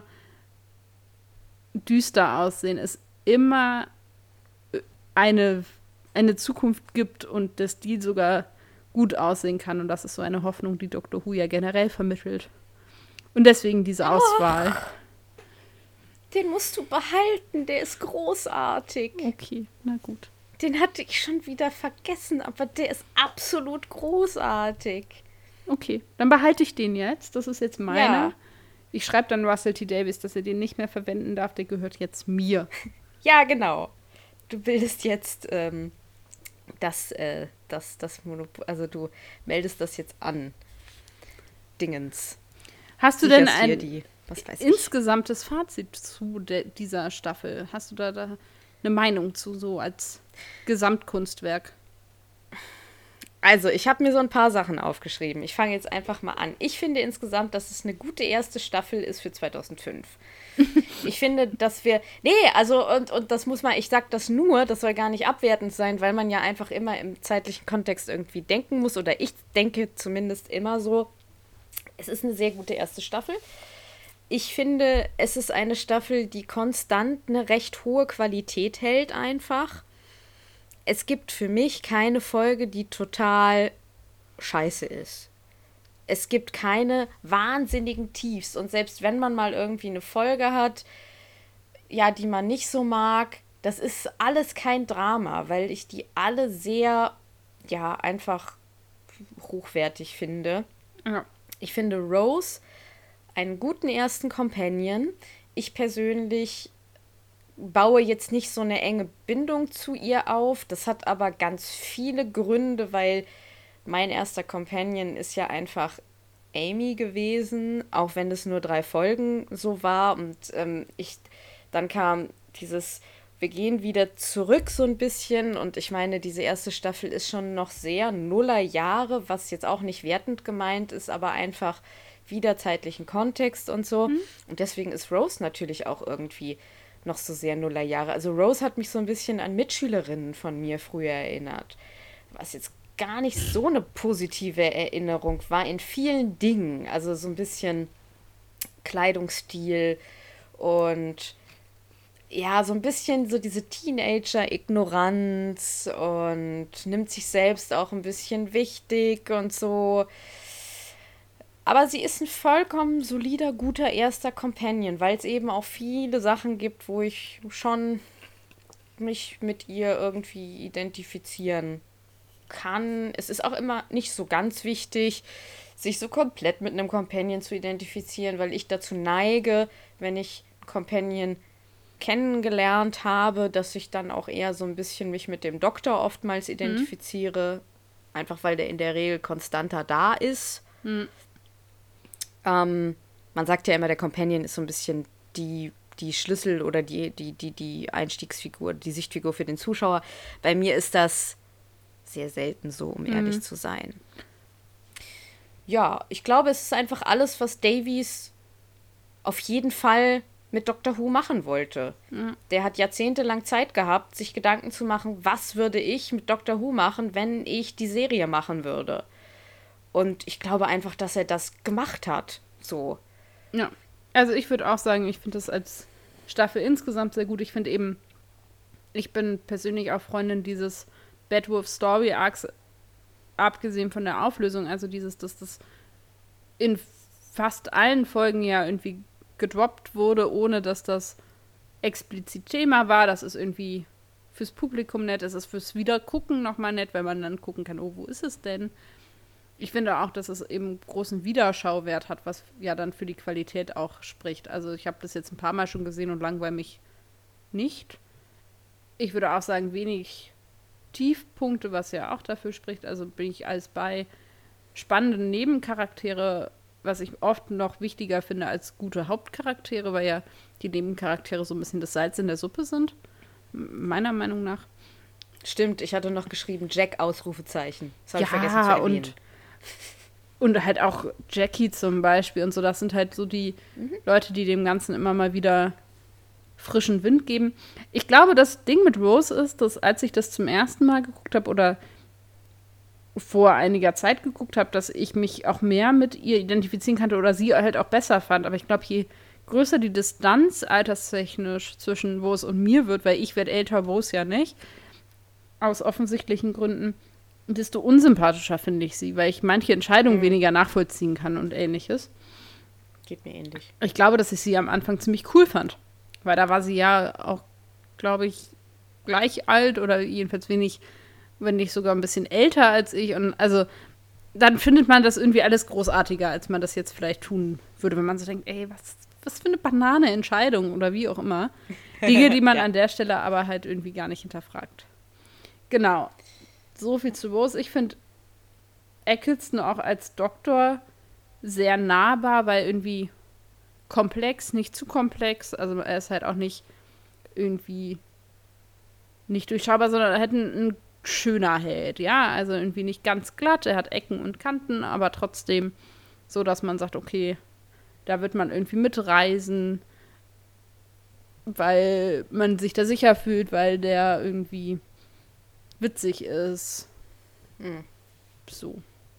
düster aussehen, es immer eine Zukunft gibt und dass die sogar gut aussehen kann. Und das ist so eine Hoffnung, die Doctor Who ja generell vermittelt. Und deswegen diese Auswahl. Den musst du behalten, der ist großartig. Okay, na gut. Den hatte ich schon wieder vergessen, aber der ist absolut großartig. Okay, dann behalte ich den jetzt. Das ist jetzt meiner. Ja. Ich schreibe dann Russell T. Davies, dass er den nicht mehr verwenden darf. Der gehört jetzt mir. Ja, genau. Du bildest jetzt das Monopol, also du meldest das jetzt an. Dingens. Hast du denn ein insgesamtes Fazit zu dieser Staffel? Hast du da eine Meinung zu, so als Gesamtkunstwerk? Also, ich habe mir so ein paar Sachen aufgeschrieben. Ich fange jetzt einfach mal an. Ich finde insgesamt, dass es eine gute erste Staffel ist für 2005. Ich finde, dass wir... Nee, also, und das muss man... Ich sag das nur, das soll gar nicht abwertend sein, weil man ja einfach immer im zeitlichen Kontext irgendwie denken muss. Oder ich denke zumindest immer so. Es ist eine sehr gute erste Staffel. Ich finde, es ist eine Staffel, die konstant eine recht hohe Qualität hält einfach. Es gibt für mich keine Folge, die total scheiße ist. Es gibt keine wahnsinnigen Tiefs. Und selbst wenn man mal irgendwie eine Folge hat, ja, die man nicht so mag, das ist alles kein Drama, weil ich die alle sehr, ja, einfach hochwertig finde. Ja. Ich finde Rose einen guten ersten Companion. Ich persönlich baue jetzt nicht so eine enge Bindung zu ihr auf. Das hat aber ganz viele Gründe, weil mein erster Companion ist ja einfach Amy gewesen, auch wenn es nur 3 Folgen so war. Und dann kam dieses, wir gehen wieder zurück so ein bisschen. Und ich meine, diese erste Staffel ist schon noch sehr Nullerjahre, was jetzt auch nicht wertend gemeint ist, aber einfach wieder zeitlichen Kontext und so. Und deswegen ist Rose natürlich auch irgendwie noch so sehr Nullerjahre. Also Rose hat mich so ein bisschen an Mitschülerinnen von mir früher erinnert. Was jetzt gar nicht so eine positive Erinnerung war in vielen Dingen. Also so ein bisschen Kleidungsstil und ja, so ein bisschen so diese Teenager-Ignoranz und nimmt sich selbst auch ein bisschen wichtig und so. Aber sie ist ein vollkommen solider, guter erster Companion, weil es eben auch viele Sachen gibt, wo ich schon mich mit ihr irgendwie identifizieren kann. Es ist auch immer nicht so ganz wichtig, sich so komplett mit einem Companion zu identifizieren, weil ich dazu neige, wenn ich einen Companion kennengelernt habe, dass ich dann auch eher so ein bisschen mich mit dem Doktor oftmals identifiziere. Einfach weil der in der Regel konstanter da ist. Man sagt ja immer, der Companion ist so ein bisschen die Schlüssel oder die Einstiegsfigur, die Sichtfigur für den Zuschauer. Bei mir ist das sehr selten so, um ehrlich zu sein. Ja, ich glaube, es ist einfach alles, was Davies auf jeden Fall mit Doctor Who machen wollte. Der hat jahrzehntelang Zeit gehabt, sich Gedanken zu machen, was würde ich mit Doctor Who machen, wenn ich die Serie machen würde. Und ich glaube einfach, dass er das gemacht hat. So. Ja. Also ich würde auch sagen, ich finde das als Staffel insgesamt sehr gut. Ich finde eben, ich bin persönlich auch Freundin dieses Bedworth Story Arcs, abgesehen von der Auflösung, also dieses, dass das in fast allen Folgen ja irgendwie gedroppt wurde, ohne dass das explizit Thema war. Das ist irgendwie fürs Publikum nett, es ist fürs Wiedergucken nochmal nett, weil man dann gucken kann, oh, wo ist es denn? Ich finde auch, dass es eben großen Wiederschauwert hat, was ja dann für die Qualität auch spricht. Also ich habe das jetzt ein paar Mal schon gesehen und langweile mich nicht. Ich würde auch sagen, wenig Tiefpunkte, was ja auch dafür spricht. Also bin ich alles bei spannenden Nebencharaktere, was ich oft noch wichtiger finde als gute Hauptcharaktere, weil ja die Nebencharaktere so ein bisschen das Salz in der Suppe sind. Meiner Meinung nach. Stimmt, ich hatte noch geschrieben, Jack, Ausrufezeichen. Das habe ich vergessen zu erwähnen. Und halt auch Jackie zum Beispiel und so, das sind halt so die Leute, die dem Ganzen immer mal wieder frischen Wind geben. Ich glaube, das Ding mit Rose ist, dass als ich das zum ersten Mal geguckt habe oder vor einiger Zeit geguckt habe, dass ich mich auch mehr mit ihr identifizieren kannte oder sie halt auch besser fand. Aber ich glaube, je größer die Distanz alterstechnisch zwischen Rose und mir wird, weil ich werde älter, Rose ja nicht, aus offensichtlichen Gründen, desto unsympathischer finde ich sie, weil ich manche Entscheidungen weniger nachvollziehen kann und ähnliches. Geht mir ähnlich. Ich glaube, dass ich sie am Anfang ziemlich cool fand, weil da war sie ja auch, glaube ich, gleich alt oder jedenfalls wenig, wenn nicht sogar ein bisschen älter als ich. Und also dann findet man das irgendwie alles großartiger, als man das jetzt vielleicht tun würde, wenn man so denkt, ey, was für eine Banane-Entscheidung oder wie auch immer. Dinge, die man an der Stelle aber halt irgendwie gar nicht hinterfragt. Genau. So viel zu Rose. Ich finde Eccleston auch als Doktor sehr nahbar, weil irgendwie komplex, nicht zu komplex. Also er ist halt auch nicht irgendwie nicht durchschaubar, sondern halt ein schöner Held, ja. Also irgendwie nicht ganz glatt, er hat Ecken und Kanten, aber trotzdem so, dass man sagt, okay, da wird man irgendwie mitreisen, weil man sich da sicher fühlt, weil der irgendwie witzig ist. So.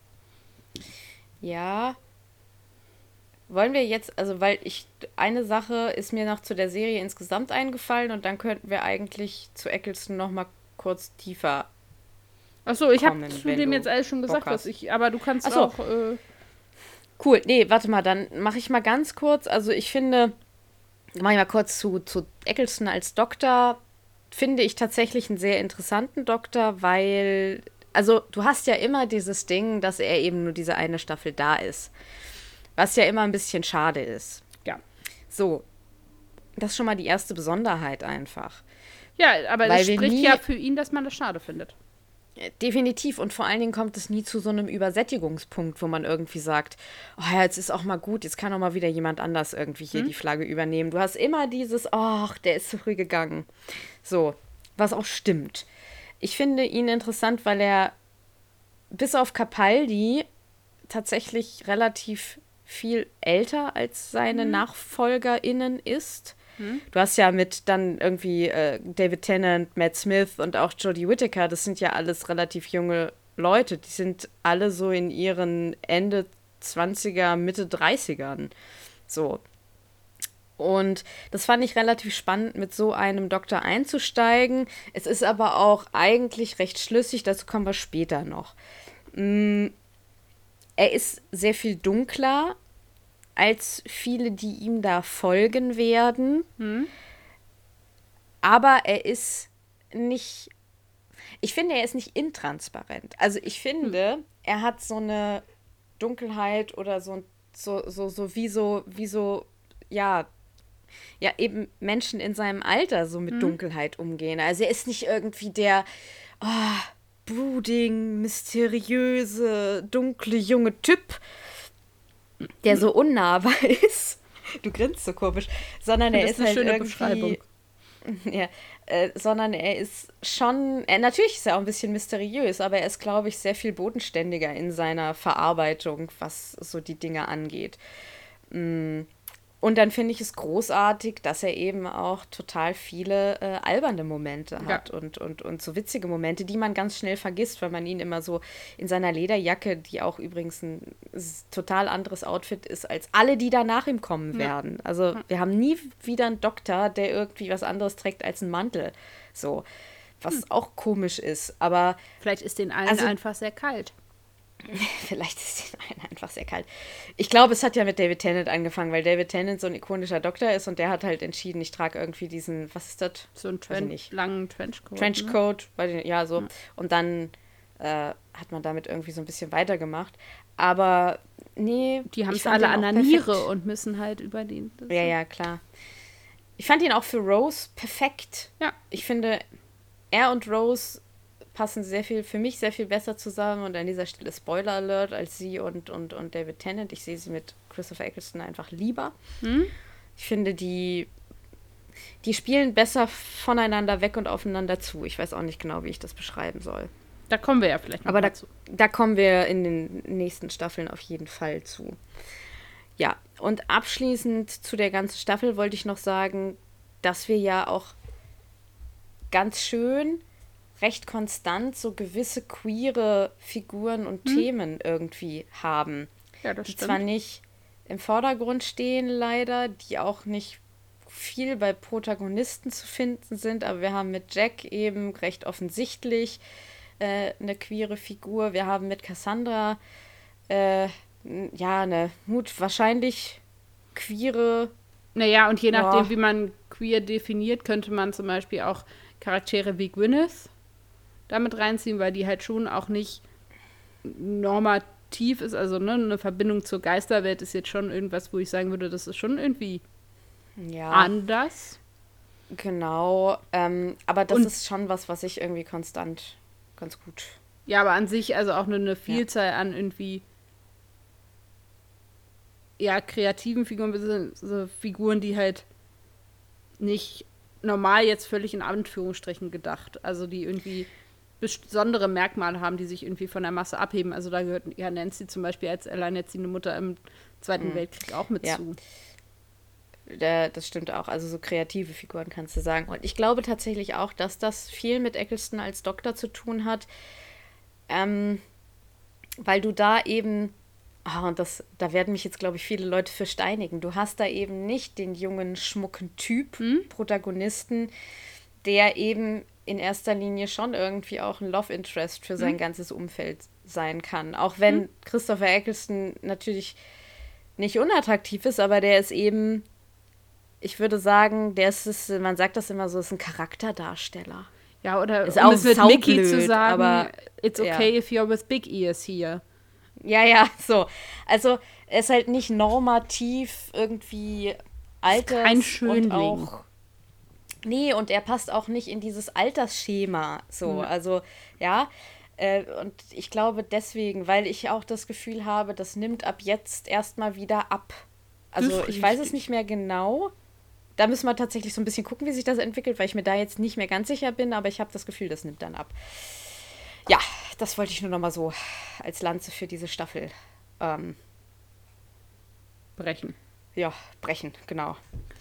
Ja. Wollen wir jetzt, also weil eine Sache ist mir noch zu der Serie insgesamt eingefallen und dann könnten wir eigentlich zu Eccleston noch mal kurz tiefer Achso, ich habe kommen, zu wenn dem du jetzt alles schon gesagt, Bock was hast. aber du kannst Ach so. auch. Cool, nee, warte mal, dann mache ich mal ganz kurz. Also ich finde, mache ich mal kurz zu Eccleston als Doktor, finde ich tatsächlich einen sehr interessanten Doktor, weil, also du hast ja immer dieses Ding, dass er eben nur diese eine Staffel da ist. Was ja immer ein bisschen schade ist. Ja. So, das ist schon mal die erste Besonderheit einfach. Ja, aber Weil es wir spricht nie- ja für ihn, dass man das schade findet. Definitiv. Und vor allen Dingen kommt es nie zu so einem Übersättigungspunkt, wo man irgendwie sagt, oh ja, jetzt ist auch mal gut, jetzt kann auch mal wieder jemand anders irgendwie hier die Flagge übernehmen. Du hast immer dieses, ach, der ist zu früh gegangen. So, was auch stimmt. Ich finde ihn interessant, weil er bis auf Capaldi tatsächlich relativ viel älter als seine NachfolgerInnen ist. Du hast ja mit dann irgendwie David Tennant, Matt Smith und auch Jodie Whittaker, das sind ja alles relativ junge Leute. Die sind alle so in ihren Ende 20er, Mitte 30ern. So. Und das fand ich relativ spannend, mit so einem Doktor einzusteigen. Es ist aber auch eigentlich recht schlüssig, dazu kommen wir später noch. Er ist sehr viel dunkler als viele, die ihm da folgen werden. Aber er ist nicht, ich finde, er ist nicht intransparent. Also ich finde, er hat so eine Dunkelheit oder ja, eben Menschen in seinem Alter so mit Dunkelheit umgehen. Also er ist nicht irgendwie der brooding, mysteriöse, dunkle, junge Typ, der so unnahbar ist. Du grinst so komisch. Sondern er ist eine halt schöne irgendwie... Beschreibung. Ja, sondern er ist schon... natürlich ist er auch ein bisschen mysteriös, aber er ist, glaube ich, sehr viel bodenständiger in seiner Verarbeitung, was so die Dinge angeht. Und dann finde ich es großartig, dass er eben auch total viele alberne Momente hat und so witzige Momente, die man ganz schnell vergisst, weil man ihn immer so in seiner Lederjacke, die auch übrigens ein total anderes Outfit ist, als alle, die danach ihm kommen werden. Also wir haben nie wieder einen Doktor, der irgendwie was anderes trägt als einen Mantel. So, was auch komisch ist, aber Vielleicht ist den allen einfach sehr kalt. vielleicht ist den einen einfach sehr kalt. Ich glaube, es hat ja mit David Tennant angefangen, weil David Tennant so ein ikonischer Doktor ist und der hat halt entschieden, ich trage irgendwie diesen, was ist das? So einen Weiß ich nicht. langen Trenchcoat. Trenchcoat, ja, so. Und dann hat man damit irgendwie so ein bisschen weitergemacht. Aber nee. Die haben ich es fand alle ihn an auch der Niere perfekt. und müssen halt über den. Ja, klar. Ich fand ihn auch für Rose perfekt. Ja. Ich finde, er und Rose passen für mich sehr viel besser zusammen und an dieser Stelle Spoiler Alert als sie und David Tennant. Ich sehe sie mit Christopher Eccleston einfach lieber. Ich finde, die spielen besser voneinander weg und aufeinander zu. Ich weiß auch nicht genau, wie ich das beschreiben soll. Da kommen wir ja vielleicht noch Aber dazu. da kommen wir in den nächsten Staffeln auf jeden Fall zu. Ja, und abschließend zu der ganzen Staffel wollte ich noch sagen, dass wir ja auch ganz schön recht konstant so gewisse queere Figuren und Themen irgendwie haben. Ja, das Die stimmt. zwar nicht im Vordergrund stehen, leider, die auch nicht viel bei Protagonisten zu finden sind, aber wir haben mit Jack eben recht offensichtlich eine queere Figur. Wir haben mit Cassandra eine wahrscheinlich queere. Naja, und je nachdem, Ja. wie man queer definiert, könnte man zum Beispiel auch Charaktere wie Gwyneth damit reinziehen, weil die halt schon auch nicht normativ ist. Also eine Verbindung zur Geisterwelt ist jetzt schon irgendwas, wo ich sagen würde, das ist schon irgendwie Ja, anders. genau. Aber das Und- ist schon was ich irgendwie konstant ganz gut. Ja, aber an sich also auch eine Vielzahl an irgendwie kreativen Figuren, so Figuren, die halt nicht normal jetzt völlig in Anführungsstrichen gedacht, also die irgendwie besondere Merkmale haben, die sich irgendwie von der Masse abheben. Also da gehört ja Nancy zum Beispiel als alleinerziehende Mutter im Zweiten Weltkrieg auch mit Ja. zu. Das stimmt auch. Also so kreative Figuren kannst du sagen. Und ich glaube tatsächlich auch, dass das viel mit Eccleston als Doktor zu tun hat, weil du da eben, und da werden mich jetzt, glaube ich, viele Leute für steinigen, du hast da eben nicht den jungen, schmucken Typ, Protagonisten, der eben in erster Linie schon irgendwie auch ein Love Interest für sein ganzes Umfeld sein kann. Auch wenn Christopher Eccleston natürlich nicht unattraktiv ist, aber der ist eben ich würde sagen, man sagt das immer so, ist ein Charakterdarsteller. Ja, oder ist um auch es mit Mickey saublöd, zu sagen, aber it's okay if you're with big ears here. Ja, so. Also, er ist halt nicht normativ irgendwie Ist kein alters und Schönling. auch. Nee, und er passt auch nicht in dieses Altersschema. So, Ja. also, ja. Und ich glaube deswegen, weil ich auch das Gefühl habe, das nimmt ab jetzt erstmal wieder ab. Das Also, ist ich weiß es richtig. nicht mehr genau. Da müssen wir tatsächlich so ein bisschen gucken, wie sich das entwickelt, weil ich mir da jetzt nicht mehr ganz sicher bin, aber ich habe das Gefühl, das nimmt dann ab. Ja, das wollte ich nur noch mal so als Lanze für diese Staffel Brechen. ja, brechen, genau.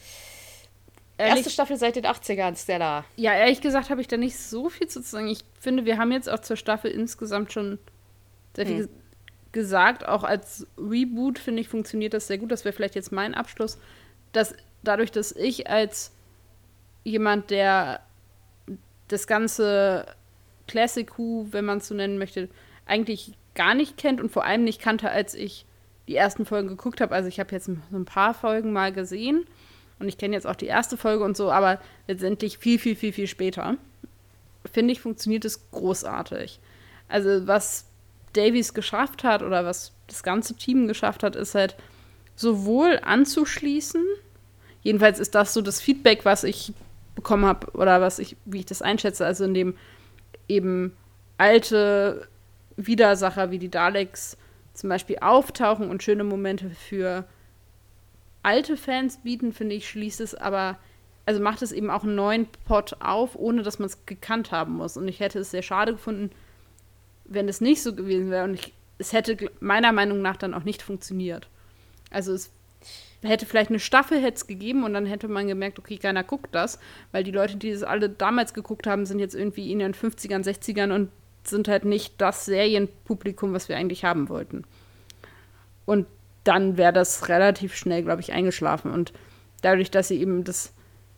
Erste Ehrlich, Staffel seit den 80ern, Stella. ja, ehrlich gesagt habe ich da nicht so viel zu sagen. Ich finde, wir haben jetzt auch zur Staffel insgesamt schon sehr viel gesagt. Auch als Reboot, finde ich, funktioniert das sehr gut. Das wäre vielleicht jetzt mein Abschluss. Dass dadurch, dass ich als jemand, der das ganze Classic Who, wenn man es so nennen möchte, eigentlich gar nicht kennt und vor allem nicht kannte, als ich die ersten Folgen geguckt habe. Also ich habe jetzt so ein paar Folgen mal gesehen und ich kenne jetzt auch die erste Folge und so, aber letztendlich viel, viel, viel, viel später, finde ich, funktioniert es großartig. Also was Davies geschafft hat oder was das ganze Team geschafft hat, ist halt sowohl anzuschließen, jedenfalls ist das so das Feedback, was ich bekommen habe oder wie ich das einschätze, also in dem eben alte Widersacher wie die Daleks zum Beispiel auftauchen und schöne Momente für alte Fans bieten, finde ich, schließt es aber, also macht es eben auch einen neuen Pot auf, ohne dass man es gekannt haben muss. Und ich hätte es sehr schade gefunden, wenn es nicht so gewesen wäre. Und es hätte meiner Meinung nach dann auch nicht funktioniert. Also es hätte vielleicht eine Staffel hätte es gegeben und dann hätte man gemerkt, okay, keiner guckt das, weil die Leute, die das alle damals geguckt haben, sind jetzt irgendwie in ihren 50ern, 60ern und sind halt nicht das Serienpublikum, was wir eigentlich haben wollten. Und dann wäre das relativ schnell, glaube ich, eingeschlafen. Und dadurch, dass sie eben das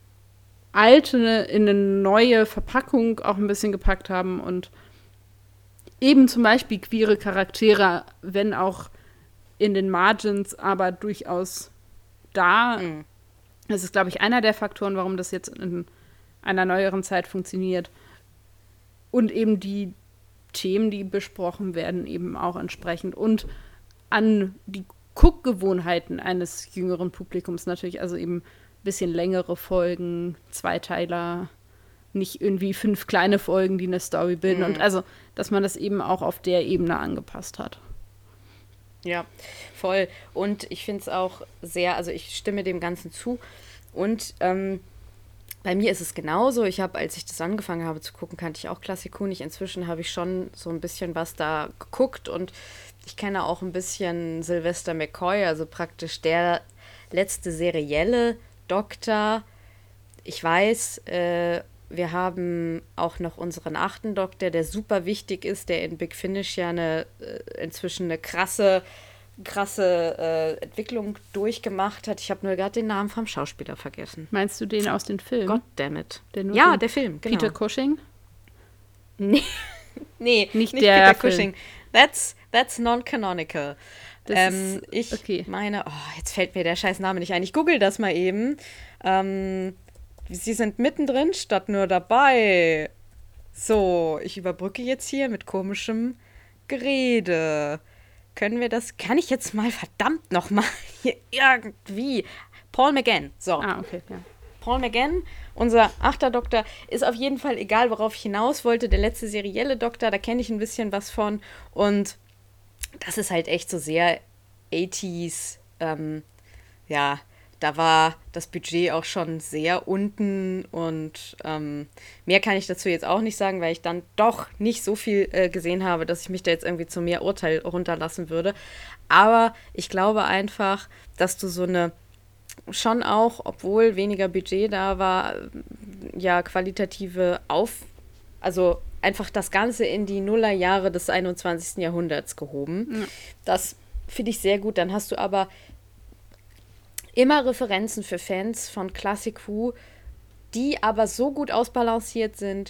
Alte in eine neue Verpackung auch ein bisschen gepackt haben und eben zum Beispiel queere Charaktere, wenn auch in den Margins, aber durchaus da. Das ist, glaube ich, einer der Faktoren, warum das jetzt in einer neueren Zeit funktioniert. Und eben die Themen, die besprochen werden, eben auch entsprechend. Und an die Guckgewohnheiten eines jüngeren Publikums natürlich, also eben ein bisschen längere Folgen, Zweiteiler, nicht irgendwie 5 kleine Folgen, die eine Story bilden. Und also, dass man das eben auch auf der Ebene angepasst hat. Ja, voll. Und ich finde es auch sehr, also ich stimme dem Ganzen zu. Und bei mir ist es genauso. Ich habe, als ich das angefangen habe zu gucken, kannte ich auch Classic Who nicht. Inzwischen habe ich schon so ein bisschen was da geguckt und ich kenne auch ein bisschen Sylvester McCoy, also praktisch der letzte serielle Doktor. Ich weiß, wir haben auch noch unseren 8. Doktor, der super wichtig ist, der in Big Finish ja inzwischen eine krasse Entwicklung durchgemacht hat. Ich habe nur gerade den Namen vom Schauspieler vergessen. Meinst du den aus den Filmen? Goddammit. Ja, der Film, genau. Peter Cushing? Nee, nicht der Peter Cushing. That's non-canonical. Ich okay. meine, jetzt fällt mir der scheiß Name nicht ein. Ich google das mal eben. Sie sind mittendrin statt nur dabei. So, ich überbrücke jetzt hier mit komischem Gerede. Kann ich jetzt mal verdammt nochmal hier irgendwie. Paul McGann. So. Ah, okay, ja. Paul McGann, unser 8. Doktor, ist auf jeden Fall egal, worauf ich hinaus wollte. Der letzte serielle Doktor, da kenne ich ein bisschen was von. Und das ist halt echt so sehr 80s. Ja, da war das Budget auch schon sehr unten. Und mehr kann ich dazu jetzt auch nicht sagen, weil ich dann doch nicht so viel gesehen habe, dass ich mich da jetzt irgendwie zu mehr Urteil runterlassen würde. Aber ich glaube einfach, dass du so eine schon auch, obwohl weniger Budget da war, ja, qualitative also einfach das Ganze in die Nullerjahre des 21. Jahrhunderts gehoben. Ja. Das finde ich sehr gut. Dann hast du aber immer Referenzen für Fans von Classic Who, die aber so gut ausbalanciert sind,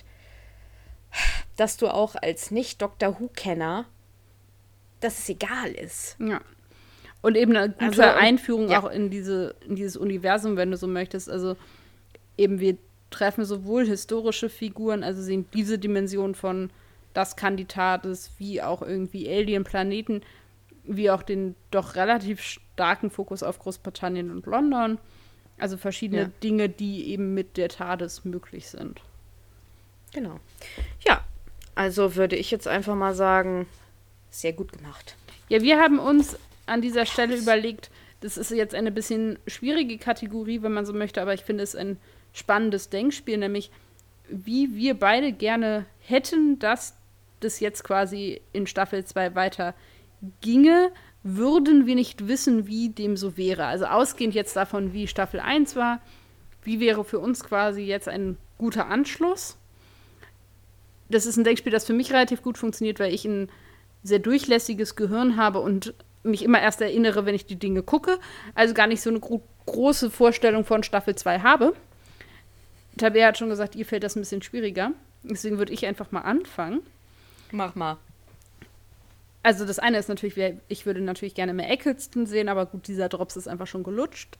dass du auch als Nicht-Doctor Who-Kenner, dass es egal ist. Ja. Und eben eine gute Also, Einführung ja. auch in dieses Universum, wenn du so möchtest. Also eben wir treffen sowohl historische Figuren, also sehen diese Dimension von das kann die TARDIS, wie auch irgendwie Alien-Planeten, wie auch den doch relativ starken Fokus auf Großbritannien und London. Also verschiedene Ja. Dinge, die eben mit der TARDIS möglich sind. Genau. Ja, also würde ich jetzt einfach mal sagen, sehr gut gemacht. Ja, wir haben uns an dieser Stelle überlegt, das ist jetzt eine bisschen schwierige Kategorie, wenn man so möchte, aber ich finde es ein spannendes Denkspiel, nämlich wie wir beide gerne hätten, dass das jetzt quasi in Staffel 2 weiter ginge, würden wir nicht wissen, wie dem so wäre. Also ausgehend jetzt davon, wie Staffel 1 war, wie wäre für uns quasi jetzt ein guter Anschluss. Das ist ein Denkspiel, das für mich relativ gut funktioniert, weil ich ein sehr durchlässiges Gehirn habe und mich immer erst erinnere, wenn ich die Dinge gucke. Also gar nicht so eine große Vorstellung von Staffel 2 habe. Tabea hat schon gesagt, ihr fällt das ein bisschen schwieriger. Deswegen würde ich einfach mal anfangen. Mach mal. Also das eine ist natürlich, ich würde natürlich gerne mehr Eccleston sehen, aber gut, dieser Drops ist einfach schon gelutscht.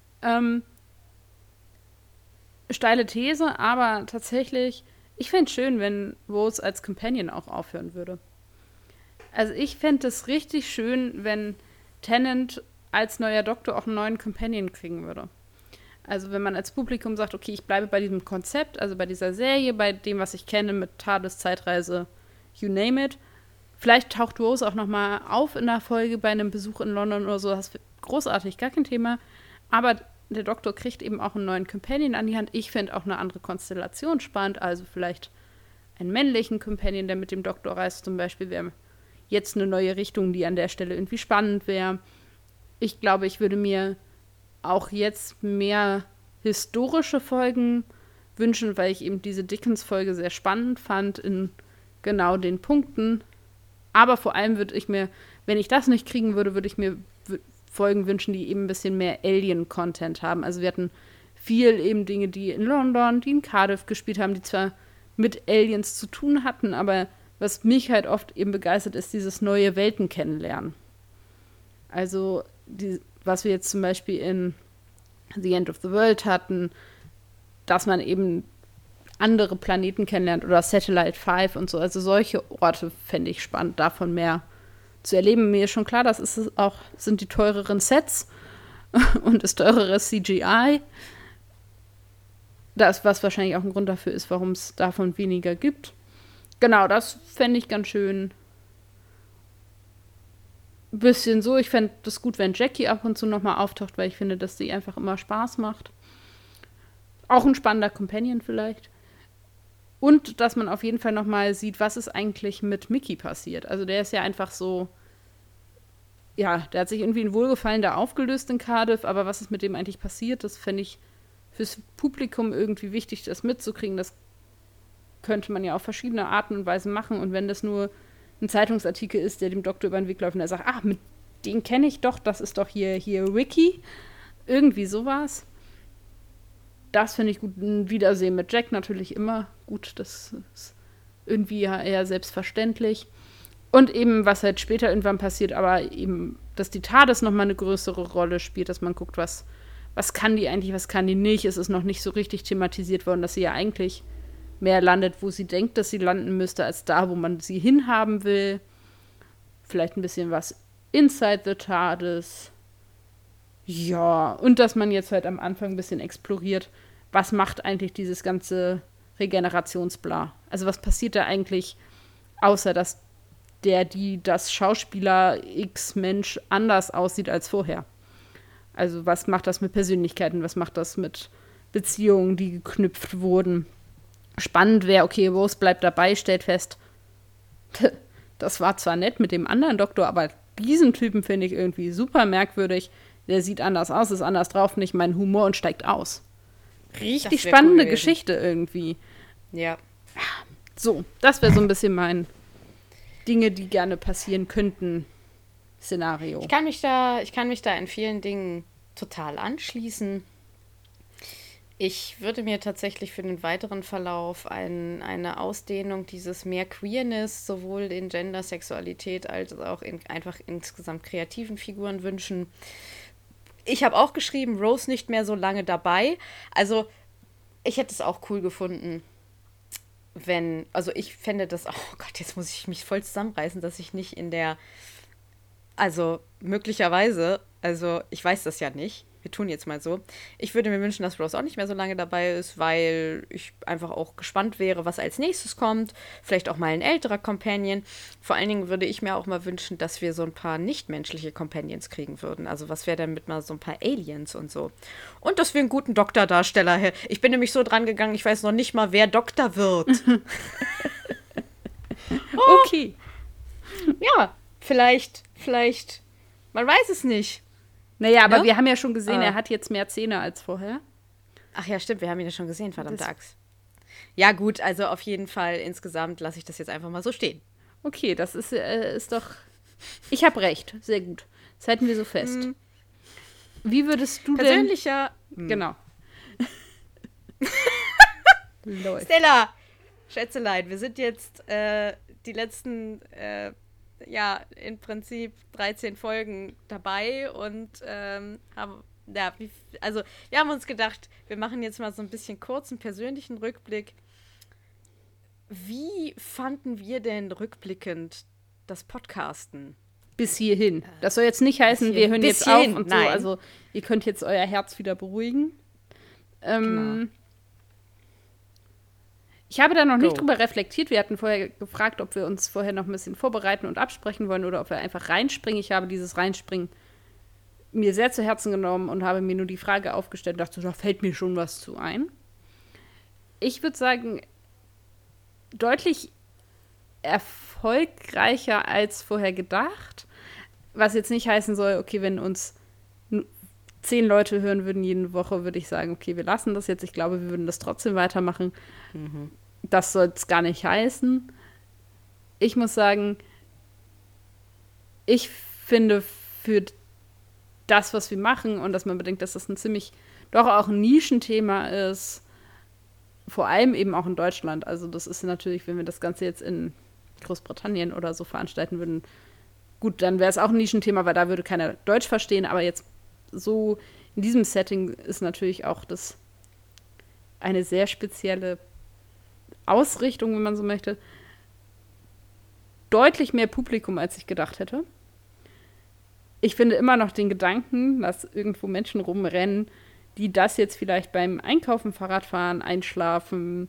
Steile These, aber tatsächlich, ich fände es schön, wenn Rose als Companion auch aufhören würde. Also ich fände es richtig schön, wenn Tennant als neuer Doktor auch einen neuen Companion kriegen würde. Also wenn man als Publikum sagt, okay, ich bleibe bei diesem Konzept, also bei dieser Serie, bei dem, was ich kenne mit TARDIS, Zeitreise, you name it. Vielleicht taucht Rose auch nochmal auf in der Folge bei einem Besuch in London oder so. Das ist großartig, gar kein Thema. Aber der Doktor kriegt eben auch einen neuen Companion an die Hand. Ich finde auch eine andere Konstellation spannend. Also vielleicht einen männlichen Companion, der mit dem Doktor reist zum Beispiel, wäre jetzt eine neue Richtung, die an der Stelle irgendwie spannend wäre. Ich glaube, ich würde mir auch jetzt mehr historische Folgen wünschen, weil ich eben diese Dickens-Folge sehr spannend fand in genau den Punkten. Aber vor allem würde ich mir, wenn ich das nicht kriegen würde, würde ich mir Folgen wünschen, die eben ein bisschen mehr Alien-Content haben. Also wir hatten viel eben Dinge, die in London, die in Cardiff gespielt haben, die zwar mit Aliens zu tun hatten, aber was mich halt oft eben begeistert, ist dieses neue Welten kennenlernen. Also was wir jetzt zum Beispiel in The End of the World hatten, dass man eben andere Planeten kennenlernt oder Satellite 5 und so. Also solche Orte fände ich spannend, davon mehr zu erleben. Mir ist schon klar, das ist auch, sind die teureren Sets und das teurere CGI. Das, was wahrscheinlich auch ein Grund dafür ist, warum es davon weniger gibt. Genau, das fände ich ganz schön. Bisschen so, ich fände das gut, wenn Jackie ab und zu nochmal auftaucht, weil ich finde, dass sie einfach immer Spaß macht. Auch ein spannender Companion vielleicht. Und dass man auf jeden Fall nochmal sieht, was ist eigentlich mit Mickey passiert. Also der ist ja einfach so, ja, der hat sich irgendwie in Wohlgefallen da aufgelöst in Cardiff, aber was ist mit dem eigentlich passiert, das fände ich fürs Publikum irgendwie wichtig, das mitzukriegen. Das könnte man ja auf verschiedene Arten und Weisen machen. Und wenn das nur ein Zeitungsartikel ist, der dem Doktor über den Weg läuft und er sagt, ach, mit den kenne ich doch, das ist doch hier Ricky. Irgendwie sowas. Das finde ich gut. Ein Wiedersehen mit Jack natürlich immer gut. Das ist irgendwie ja eher selbstverständlich. Und eben, was halt später irgendwann passiert, aber eben, dass die TARDIS nochmal eine größere Rolle spielt, dass man guckt, was kann die eigentlich, was kann die nicht. Es ist noch nicht so richtig thematisiert worden, dass sie ja eigentlich mehr landet, wo sie denkt, dass sie landen müsste, als da, wo man sie hinhaben will. Vielleicht ein bisschen was inside the TARDIS. Ja, und dass man jetzt halt am Anfang ein bisschen exploriert, was macht eigentlich dieses ganze Regenerationsbla? Also was passiert da eigentlich, außer dass das Schauspieler X-Mensch anders aussieht als vorher? Also was macht das mit Persönlichkeiten? Was macht das mit Beziehungen, die geknüpft wurden? Spannend wäre, okay, Rose bleibt dabei, stellt fest, das war zwar nett mit dem anderen Doktor, aber diesen Typen finde ich irgendwie super merkwürdig. Der sieht anders aus, ist anders drauf, nicht mein Humor und steigt aus. Richtig spannende Geschichte irgendwie. Ja. So, das wäre so ein bisschen mein Dinge, die gerne passieren könnten, Szenario. Ich kann mich da in vielen Dingen total anschließen. Ich würde mir tatsächlich für den weiteren Verlauf eine Ausdehnung dieses mehr Queerness sowohl in Gender, Sexualität als auch in einfach insgesamt kreativen Figuren wünschen. Ich habe auch geschrieben, Rose nicht mehr so lange dabei. Also ich hätte es auch cool gefunden, also ich fände das, oh Gott, jetzt muss ich mich voll zusammenreißen, dass ich nicht also möglicherweise, also ich weiß das ja nicht. Wir tun jetzt mal so. Ich würde mir wünschen, dass Rose auch nicht mehr so lange dabei ist, weil ich einfach auch gespannt wäre, was als nächstes kommt. Vielleicht auch mal ein älterer Companion. Vor allen Dingen würde ich mir auch mal wünschen, dass wir so ein paar nichtmenschliche Companions kriegen würden. Also was wäre denn mit mal so ein paar Aliens und so. Und dass wir einen guten Doktordarsteller hätten. Ich bin nämlich so dran gegangen, ich weiß noch nicht mal, wer Doktor wird. Okay. Ja, vielleicht, man weiß es nicht. Naja, aber Ne? wir haben ja schon gesehen, er hat jetzt mehr Zähne als vorher. Ach ja, stimmt, wir haben ihn ja schon gesehen, verdammte Axt. Ja, gut, also auf jeden Fall insgesamt lasse ich das jetzt einfach mal so stehen. Okay, das ist doch. Ich habe recht, sehr gut. Das halten wir so fest. Wie würdest du Persönlicher. denn. Genau. Läuft. Stella! Schätzelein, wir sind jetzt die letzten, ja, im Prinzip 13 Folgen dabei und haben, ja, also wir haben uns gedacht, wir machen jetzt mal so ein bisschen kurzen persönlichen Rückblick. Wie fanden wir denn rückblickend das Podcasten? Bis hierhin. Das soll jetzt nicht heißen, wir hören Bis jetzt auf hierhin, und nein. so. Also, ihr könnt jetzt euer Herz wieder beruhigen. Genau. Ich habe da noch nicht Go. drüber reflektiert. Wir hatten vorher gefragt, ob wir uns vorher noch ein bisschen vorbereiten und absprechen wollen oder ob wir einfach reinspringen. Ich habe dieses Reinspringen mir sehr zu Herzen genommen und habe mir nur die Frage aufgestellt und dachte, da fällt mir schon was zu ein. Ich würde sagen, deutlich erfolgreicher als vorher gedacht. Was jetzt nicht heißen soll, okay, wenn uns 10 Leute hören würden jede Woche, würde ich sagen, okay, wir lassen das jetzt. Ich glaube, wir würden das trotzdem weitermachen. Das soll es gar nicht heißen. Ich muss sagen, ich finde für das, was wir machen und dass man bedenkt, dass das doch auch ein Nischenthema ist, vor allem eben auch in Deutschland. Also das ist natürlich, wenn wir das Ganze jetzt in Großbritannien oder so veranstalten würden, gut, dann wäre es auch ein Nischenthema, weil da würde keiner Deutsch verstehen, aber jetzt so in diesem Setting ist natürlich auch das eine sehr spezielle Ausrichtung, wenn man so möchte. Deutlich mehr Publikum, als ich gedacht hätte. Ich finde immer noch den Gedanken, dass irgendwo Menschen rumrennen, die das jetzt vielleicht beim Einkaufen, Fahrradfahren, Einschlafen,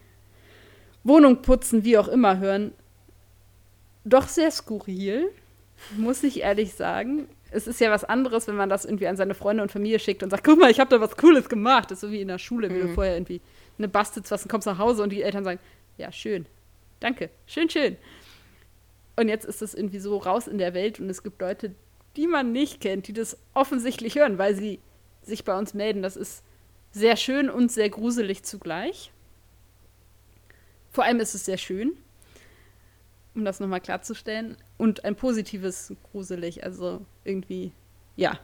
Wohnung putzen, wie auch immer hören, doch sehr skurril, muss ich ehrlich sagen. Es ist ja was anderes, wenn man das irgendwie an seine Freunde und Familie schickt und sagt, guck mal, ich habe da was Cooles gemacht. Das ist so wie in der Schule, wie du vorher irgendwie bastelst was und kommst nach Hause und die Eltern sagen, ja, schön, danke, schön, schön. Und jetzt ist das irgendwie so raus in der Welt und es gibt Leute, die man nicht kennt, die das offensichtlich hören, weil sie sich bei uns melden. Das ist sehr schön und sehr gruselig zugleich. Vor allem ist es sehr schön, um das nochmal klarzustellen. Und ein positives gruselig, also irgendwie, ja.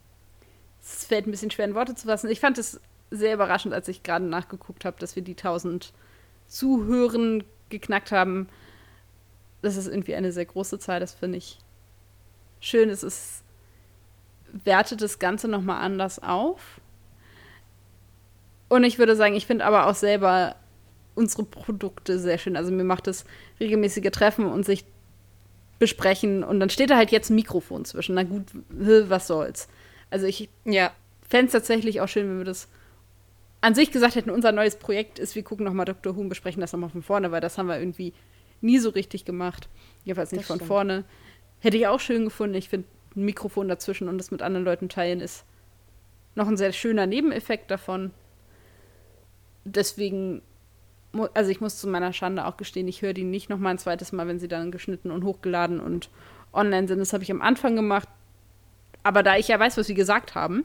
Es fällt ein bisschen schwer in Worte zu fassen. Ich fand es sehr überraschend, als ich gerade nachgeguckt habe, dass wir die 1000 Zuhören geknackt haben. Das ist irgendwie eine sehr große Zahl, das finde ich schön. Es wertet das Ganze nochmal anders auf. Und ich würde sagen, ich finde aber auch selber unsere Produkte sehr schön. Also mir macht es regelmäßige Treffen und sich besprechen. Und dann steht da halt jetzt ein Mikrofon zwischen. Na gut, was soll's. Also ich fände es tatsächlich auch schön, wenn wir das an sich gesagt hätten, unser neues Projekt ist, wir gucken nochmal Dr. Who und besprechen das nochmal von vorne, weil das haben wir irgendwie nie so richtig gemacht. Jedenfalls nicht von vorne. Hätte ich auch schön gefunden. Ich finde, ein Mikrofon dazwischen und das mit anderen Leuten teilen ist noch ein sehr schöner Nebeneffekt davon. Deswegen, also ich muss zu meiner Schande auch gestehen, ich höre die nicht noch mal ein zweites Mal, wenn sie dann geschnitten und hochgeladen und online sind. Das habe ich am Anfang gemacht. Aber da ich ja weiß, was sie gesagt haben,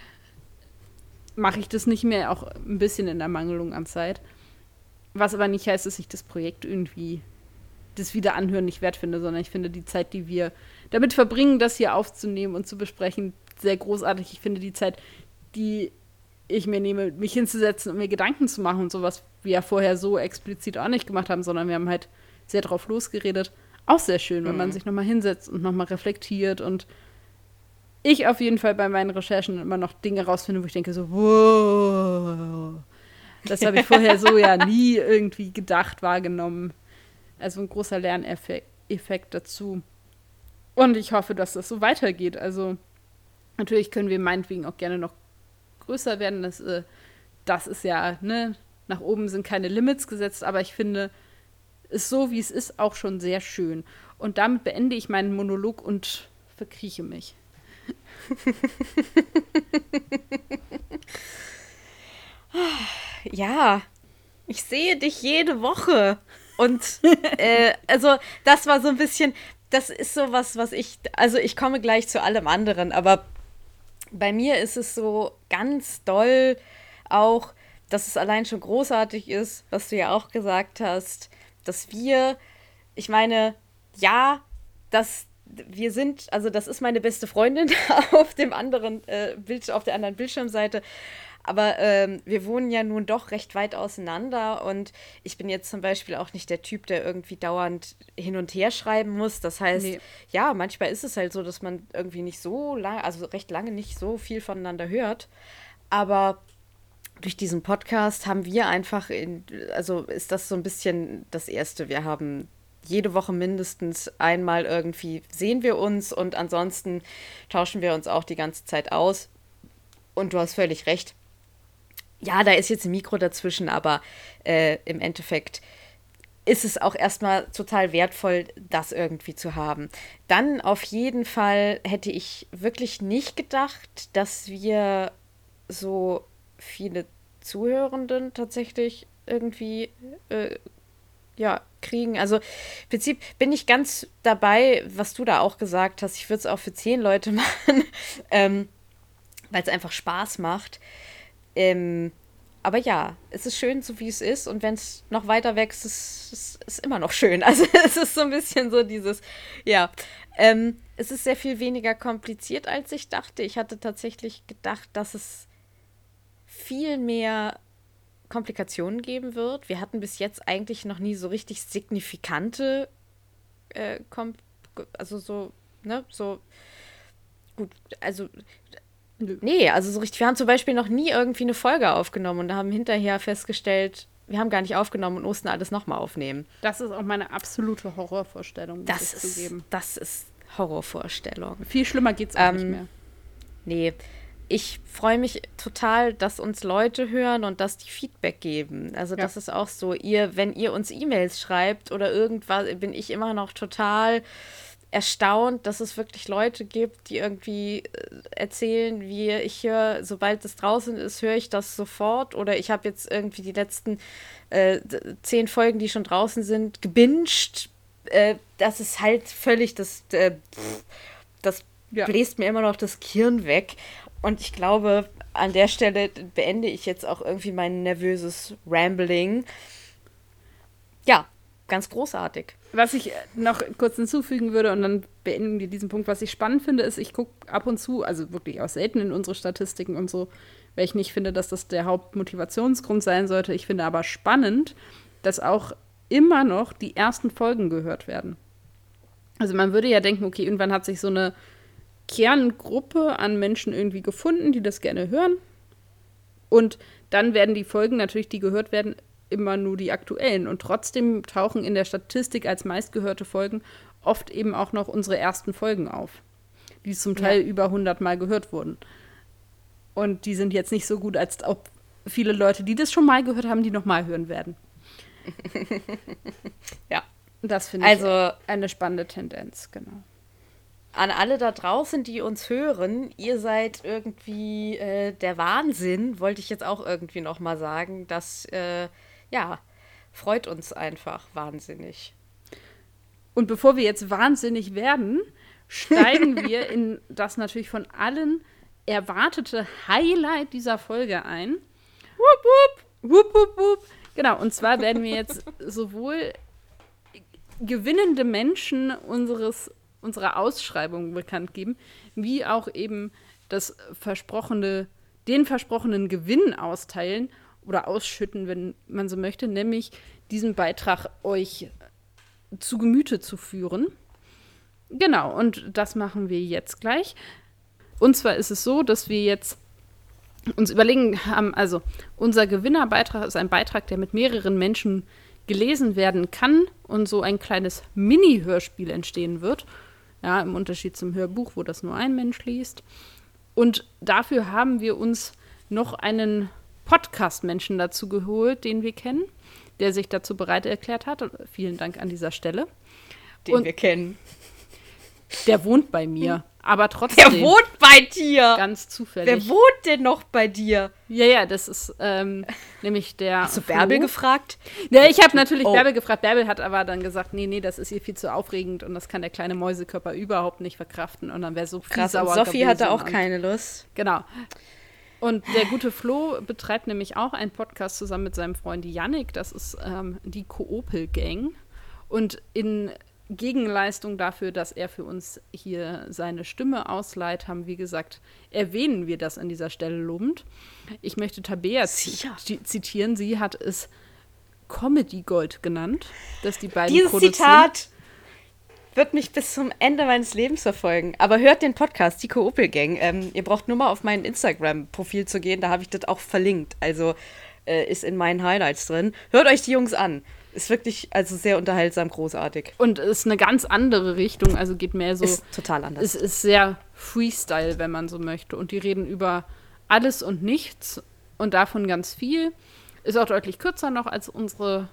mache ich das nicht mehr, auch ein bisschen in der Mangelung an Zeit. Was aber nicht heißt, dass ich das Projekt irgendwie, das Wiederanhören nicht wert finde, sondern ich finde die Zeit, die wir damit verbringen, das hier aufzunehmen und zu besprechen, sehr großartig. Ich finde die Zeit, die ich mir nehme, mich hinzusetzen und mir Gedanken zu machen und sowas, wir ja vorher so explizit auch nicht gemacht haben, sondern wir haben halt sehr drauf losgeredet. Auch sehr schön, wenn man sich nochmal hinsetzt und nochmal reflektiert und ich auf jeden Fall bei meinen Recherchen immer noch Dinge rausfinde, wo ich denke so, wow, das habe ich vorher so ja nie irgendwie gedacht, wahrgenommen. Also ein großer Lerneffekt dazu. Und ich hoffe, dass das so weitergeht. Also natürlich können wir meinetwegen auch gerne noch größer werden. Das ist ja, ne, nach oben sind keine Limits gesetzt, aber ich finde, ist so, wie es ist, auch schon sehr schön. Und damit beende ich meinen Monolog und verkrieche mich. Ja, ich sehe dich jede Woche. Und also das war so ein bisschen, das ist so was also ich komme gleich zu allem anderen, aber bei mir ist es so ganz doll auch, dass es allein schon großartig ist, was du ja auch gesagt hast, dass ich meine, ja, also das ist meine beste Freundin auf dem anderen auf der anderen Bildschirmseite. Aber wir wohnen ja nun doch recht weit auseinander und ich bin jetzt zum Beispiel auch nicht der Typ, der irgendwie dauernd hin und her schreiben muss. Das heißt, ja, manchmal ist es halt so, dass man irgendwie nicht so lange, also recht lange nicht so viel voneinander hört. Aber durch diesen Podcast haben wir einfach, also ist das so ein bisschen das Erste. Wir haben jede Woche mindestens einmal irgendwie sehen wir uns und ansonsten tauschen wir uns auch die ganze Zeit aus. Und du hast völlig recht. Ja, da ist jetzt ein Mikro dazwischen, aber im Endeffekt ist es auch erstmal total wertvoll, das irgendwie zu haben. Dann auf jeden Fall hätte ich wirklich nicht gedacht, dass wir so viele Zuhörenden tatsächlich irgendwie kriegen. Also im Prinzip bin ich ganz dabei, was du da auch gesagt hast. Ich würde es auch für 10 Leute machen, weil es einfach Spaß macht. Aber ja, es ist schön, so wie es ist. Und wenn es noch weiter wächst, ist es immer noch schön. Also es ist so ein bisschen so dieses, ja. Es ist sehr viel weniger kompliziert, als ich dachte. Ich hatte tatsächlich gedacht, dass es viel mehr Komplikationen geben wird. Wir hatten bis jetzt eigentlich noch nie so richtig signifikante also so, ne, so gut, also nee, also so richtig, wir haben zum Beispiel noch nie irgendwie eine Folge aufgenommen und haben hinterher festgestellt, wir haben gar nicht aufgenommen und mussten alles nochmal aufnehmen. Das ist auch meine absolute Horrorvorstellung, muss ich zugeben. Das ist Horrorvorstellung. Viel schlimmer geht's auch nicht mehr. Nee, ich freue mich total, dass uns Leute hören und dass die Feedback geben. Also das ist auch so, wenn ihr uns E-Mails schreibt oder irgendwas, bin ich immer noch total erstaunt, dass es wirklich Leute gibt, die irgendwie erzählen, ich höre, sobald es draußen ist, höre ich das sofort. Oder ich habe jetzt irgendwie die letzten 10 Folgen, die schon draußen sind, gebinged. Das ist halt völlig, das bläst mir immer noch das Gehirn weg. Und ich glaube, an der Stelle beende ich jetzt auch irgendwie mein nervöses Rambling. Ja, ganz großartig. Was ich noch kurz hinzufügen würde und dann beenden wir diesen Punkt, was ich spannend finde, ist, ich gucke ab und zu, also wirklich auch selten in unsere Statistiken und so, weil ich nicht finde, dass das der Hauptmotivationsgrund sein sollte. Ich finde aber spannend, dass auch immer noch die ersten Folgen gehört werden. Also man würde ja denken, okay, irgendwann hat sich so eine Kerngruppe an Menschen irgendwie gefunden, die das gerne hören. Und dann werden die Folgen natürlich, die gehört werden, immer nur die aktuellen. Und trotzdem tauchen in der Statistik als meistgehörte Folgen oft eben auch noch unsere ersten Folgen auf, die zum Teil über 100 Mal gehört wurden. Und die sind jetzt nicht so gut, als ob viele Leute, die das schon mal gehört haben, die nochmal hören werden. Ja. Das finde ich eine spannende Tendenz, genau. An alle da draußen, die uns hören, ihr seid irgendwie der Wahnsinn, wollte ich jetzt auch irgendwie noch mal sagen. Das, freut uns einfach wahnsinnig. Und bevor wir jetzt wahnsinnig werden, steigen wir in das natürlich von allen erwartete Highlight dieser Folge ein. Wupp, wupp. Wupp, wupp, wupp. Genau, und zwar werden wir jetzt sowohl gewinnende Menschen unserer Ausschreibung bekannt geben, wie auch eben das versprochene den versprochenen Gewinn austeilen oder ausschütten, wenn man so möchte, nämlich diesen Beitrag euch zu Gemüte zu führen. Genau, und das machen wir jetzt gleich. Und zwar ist es so, dass wir jetzt uns überlegen haben, also unser Gewinnerbeitrag ist ein Beitrag, der mit mehreren Menschen gelesen werden kann und so ein kleines Mini-Hörspiel entstehen wird. Ja, im Unterschied zum Hörbuch, wo das nur ein Mensch liest. Und dafür haben wir uns noch einen Podcast-Menschen dazu geholt, den wir kennen, der sich dazu bereit erklärt hat. Und vielen Dank an dieser Stelle. Den wir kennen. Der wohnt bei mir, aber trotzdem. Der wohnt bei dir! Ganz zufällig. Wer wohnt denn noch bei dir? Ja, das ist nämlich der Hast du Bärbel gefragt? Ja, ich habe natürlich Bärbel gefragt. Bärbel hat aber dann gesagt, nee, das ist ihr viel zu aufregend und das kann der kleine Mäusekörper überhaupt nicht verkraften. Und dann wäre so viel Krass, und sauer Sophie hatte gewesen auch keine Lust. Genau. Und der gute Flo betreibt nämlich auch einen Podcast zusammen mit seinem Freund Yannick. Das ist die Koopel-Gang. Und in Gegenleistung dafür, dass er für uns hier seine Stimme ausleiht, haben, wie gesagt, erwähnen wir das an dieser Stelle lobend. Ich möchte Tabea zitieren. Sie hat es Comedy Gold genannt, dass die beiden Dieses produzieren. Zitat wird mich bis zum Ende meines Lebens verfolgen. Aber hört den Podcast, die Koopel-Gang. Ihr braucht nur mal auf mein Instagram-Profil zu gehen, da habe ich das auch verlinkt. Also ist in meinen Highlights drin. Hört euch die Jungs an. Ist wirklich also sehr unterhaltsam, großartig. Und ist eine ganz andere Richtung, also geht mehr so. Ist total anders. Es ist sehr Freestyle, wenn man so möchte. Und die reden über alles und nichts und davon ganz viel. Ist auch deutlich kürzer noch als unsere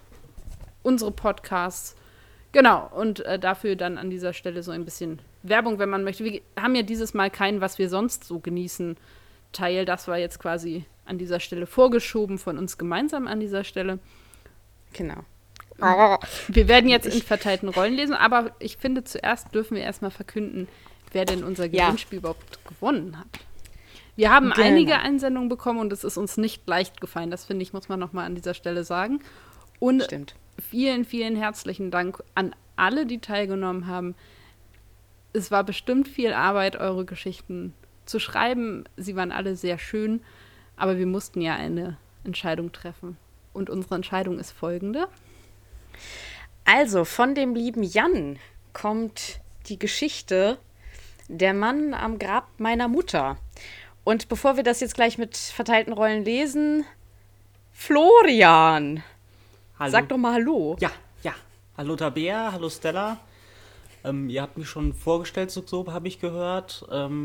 Podcasts. Genau, und dafür dann an dieser Stelle so ein bisschen Werbung, wenn man möchte. Wir haben ja dieses Mal keinen, was wir sonst so genießen, Teil. Das war jetzt quasi an dieser Stelle vorgeschoben von uns gemeinsam an dieser Stelle. Genau. Wir werden jetzt in verteilten Rollen lesen, aber ich finde, zuerst dürfen wir erstmal verkünden, wer denn unser Gewinnspiel überhaupt gewonnen hat. Wir haben einige Einsendungen bekommen und es ist uns nicht leicht gefallen. Das, finde ich, muss man nochmal an dieser Stelle sagen. Und Stimmt. Vielen, vielen herzlichen Dank an alle, die teilgenommen haben. Es war bestimmt viel Arbeit, eure Geschichten zu schreiben. Sie waren alle sehr schön, aber wir mussten ja eine Entscheidung treffen. Und unsere Entscheidung ist folgende. Also, von dem lieben Jan kommt die Geschichte Der Mann am Grab meiner Mutter. Und bevor wir das jetzt gleich mit verteilten Rollen lesen, Florian, Hallo. Sag doch mal Hallo. Ja. Hallo Tabea, hallo Stella. Ihr habt mich schon vorgestellt, so habe ich gehört.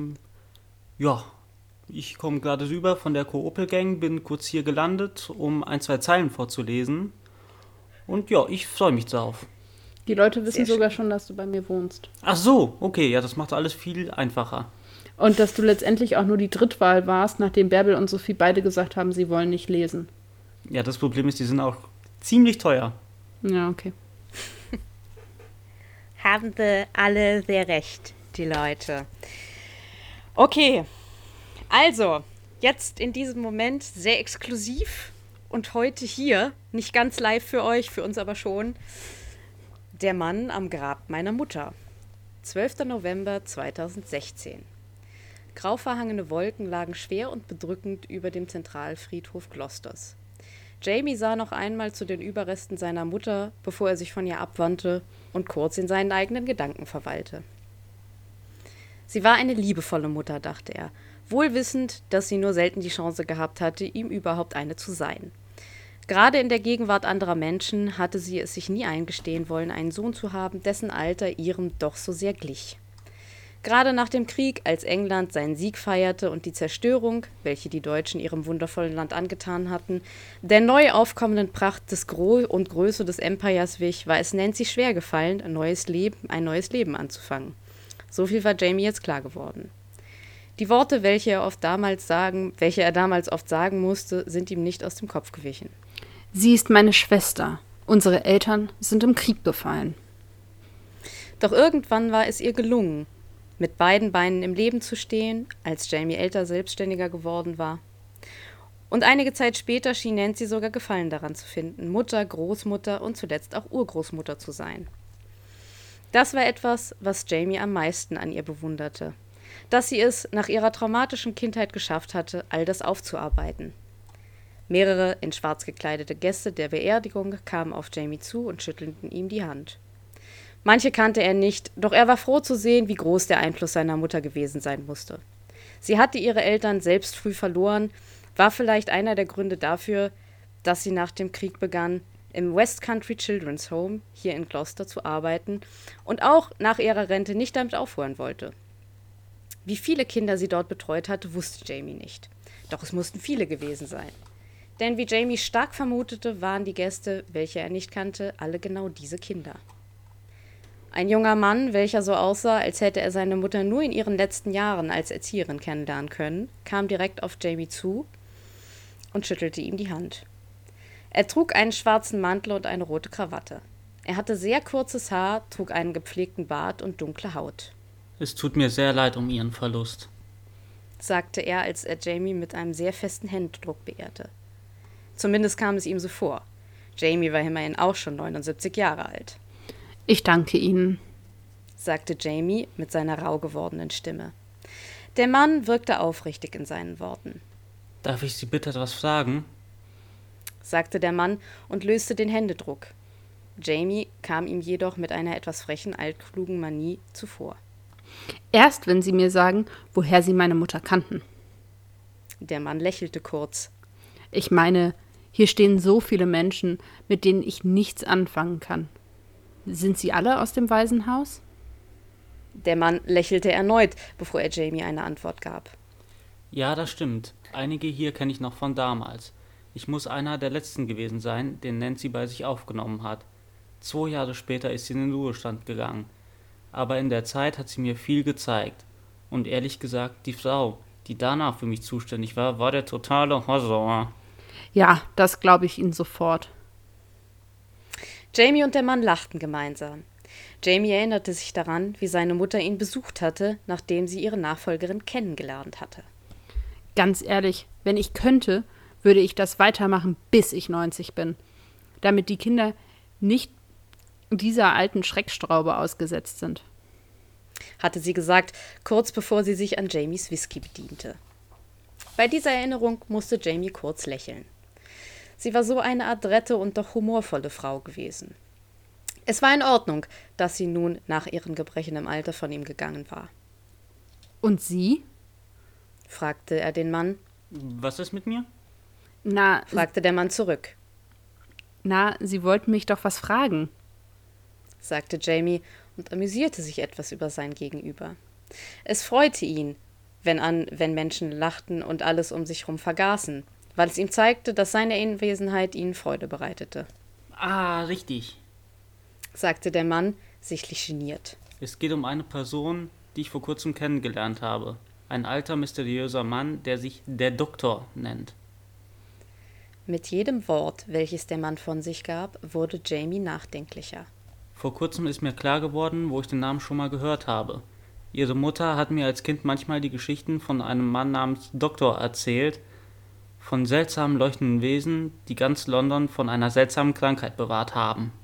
Ich komme gerade rüber von der Koopel-Gang, bin kurz hier gelandet, um 1-2 Zeilen vorzulesen. Und ja, ich freue mich darauf. Die Leute wissen sogar schon, dass du bei mir wohnst. Ach so, okay, ja, das macht alles viel einfacher. Und dass du letztendlich auch nur die Drittwahl warst, nachdem Bärbel und Sophie beide gesagt haben, sie wollen nicht lesen. Ja, das Problem ist, die sind auch ziemlich teuer. Ja, okay. Haben sie alle sehr recht, die Leute. Okay, also, jetzt in diesem Moment sehr exklusiv und heute hier, nicht ganz live für euch, für uns aber schon, Der Mann am Grab meiner Mutter. 12. November 2016. Grau verhangene Wolken lagen schwer und bedrückend über dem Zentralfriedhof Gloucesters. Jamie sah noch einmal zu den Überresten seiner Mutter, bevor er sich von ihr abwandte und kurz in seinen eigenen Gedanken verweilte. Sie war eine liebevolle Mutter, dachte er, wohl wissend, dass sie nur selten die Chance gehabt hatte, ihm überhaupt eine zu sein. Gerade in der Gegenwart anderer Menschen hatte sie es sich nie eingestehen wollen, einen Sohn zu haben, dessen Alter ihrem doch so sehr glich. Gerade nach dem Krieg, als England seinen Sieg feierte und die Zerstörung, welche die Deutschen ihrem wundervollen Land angetan hatten, der neu aufkommenden Pracht des und Größe des Empires wich, war es Nancy schwer gefallen, ein neues Leben anzufangen. So viel war Jamie jetzt klar geworden. Die Worte, welche er damals oft sagen musste, sind ihm nicht aus dem Kopf gewichen. Sie ist meine Schwester. Unsere Eltern sind im Krieg gefallen. Doch irgendwann war es ihr gelungen, mit beiden Beinen im Leben zu stehen, als Jamie älter selbstständiger geworden war. Und einige Zeit später schien Nancy sogar Gefallen daran zu finden, Mutter, Großmutter und zuletzt auch Urgroßmutter zu sein. Das war etwas, was Jamie am meisten an ihr bewunderte. dass sie es nach ihrer traumatischen Kindheit geschafft hatte, all das aufzuarbeiten. Mehrere in schwarz gekleidete Gäste der Beerdigung kamen auf Jamie zu und schüttelten ihm die Hand. Manche kannte er nicht, doch er war froh zu sehen, wie groß der Einfluss seiner Mutter gewesen sein musste. Sie hatte ihre Eltern selbst früh verloren, war vielleicht einer der Gründe dafür, dass sie nach dem Krieg begann, im West Country Children's Home hier in Gloucester zu arbeiten und auch nach ihrer Rente nicht damit aufhören wollte. Wie viele Kinder sie dort betreut hatte, wusste Jamie nicht. Doch es mussten viele gewesen sein. Denn wie Jamie stark vermutete, waren die Gäste, welche er nicht kannte, alle genau diese Kinder. Ein junger Mann, welcher so aussah, als hätte er seine Mutter nur in ihren letzten Jahren als Erzieherin kennenlernen können, kam direkt auf Jamie zu und schüttelte ihm die Hand. Er trug einen schwarzen Mantel und eine rote Krawatte. Er hatte sehr kurzes Haar, trug einen gepflegten Bart und dunkle Haut. Es tut mir sehr leid um Ihren Verlust, sagte er, als er Jamie mit einem sehr festen Händedruck beehrte. Zumindest kam es ihm so vor. Jamie war immerhin auch schon 79 Jahre alt. Ich danke Ihnen, sagte Jamie mit seiner rau gewordenen Stimme. Der Mann wirkte aufrichtig in seinen Worten. Darf ich Sie bitte etwas fragen? sagte der Mann und löste den Händedruck. Jamie kam ihm jedoch mit einer etwas frechen, altklugen Manie zuvor. Erst wenn Sie mir sagen, woher Sie meine Mutter kannten. Der Mann lächelte kurz. Ich meine, hier stehen so viele Menschen, mit denen ich nichts anfangen kann. Sind Sie alle aus dem Waisenhaus? Der Mann lächelte erneut, bevor er Jamie eine Antwort gab. Ja, das stimmt. Einige hier kenne ich noch von damals. Ich muss einer der letzten gewesen sein, den Nancy bei sich aufgenommen hat. 2 Jahre später ist sie in den Ruhestand gegangen. Aber in der Zeit hat sie mir viel gezeigt. Und ehrlich gesagt, die Frau, die danach für mich zuständig war, war der totale Horror. Ja, das glaube ich Ihnen sofort. Jamie und der Mann lachten gemeinsam. Jamie erinnerte sich daran, wie seine Mutter ihn besucht hatte, nachdem sie ihre Nachfolgerin kennengelernt hatte. Ganz ehrlich, wenn ich könnte, würde ich das weitermachen, bis ich 90 bin. Damit die Kinder nicht dieser alten Schreckstraube ausgesetzt sind. Hatte sie gesagt, kurz bevor sie sich an Jamies Whisky bediente. Bei dieser Erinnerung musste Jamie kurz lächeln. Sie war so eine adrette und doch humorvolle Frau gewesen. Es war in Ordnung, dass sie nun nach ihrem Gebrechen im Alter von ihm gegangen war. Und Sie? Fragte er den Mann. Was ist mit mir? Fragte der Mann zurück. Sie wollten mich doch was fragen, sagte Jamie und amüsierte sich etwas über sein Gegenüber. Es freute ihn, wenn Menschen lachten und alles um sich herum vergaßen, weil es ihm zeigte, dass seine Anwesenheit ihnen Freude bereitete. Ah, richtig, sagte der Mann, sichtlich geniert. Es geht um eine Person, die ich vor kurzem kennengelernt habe. Ein alter, mysteriöser Mann, der sich der Doktor nennt. Mit jedem Wort, welches der Mann von sich gab, wurde Jamie nachdenklicher. Vor kurzem ist mir klar geworden, wo ich den Namen schon mal gehört habe. Ihre Mutter hat mir als Kind manchmal die Geschichten von einem Mann namens Doktor erzählt, von seltsamen leuchtenden Wesen, die ganz London von einer seltsamen Krankheit bewahrt haben.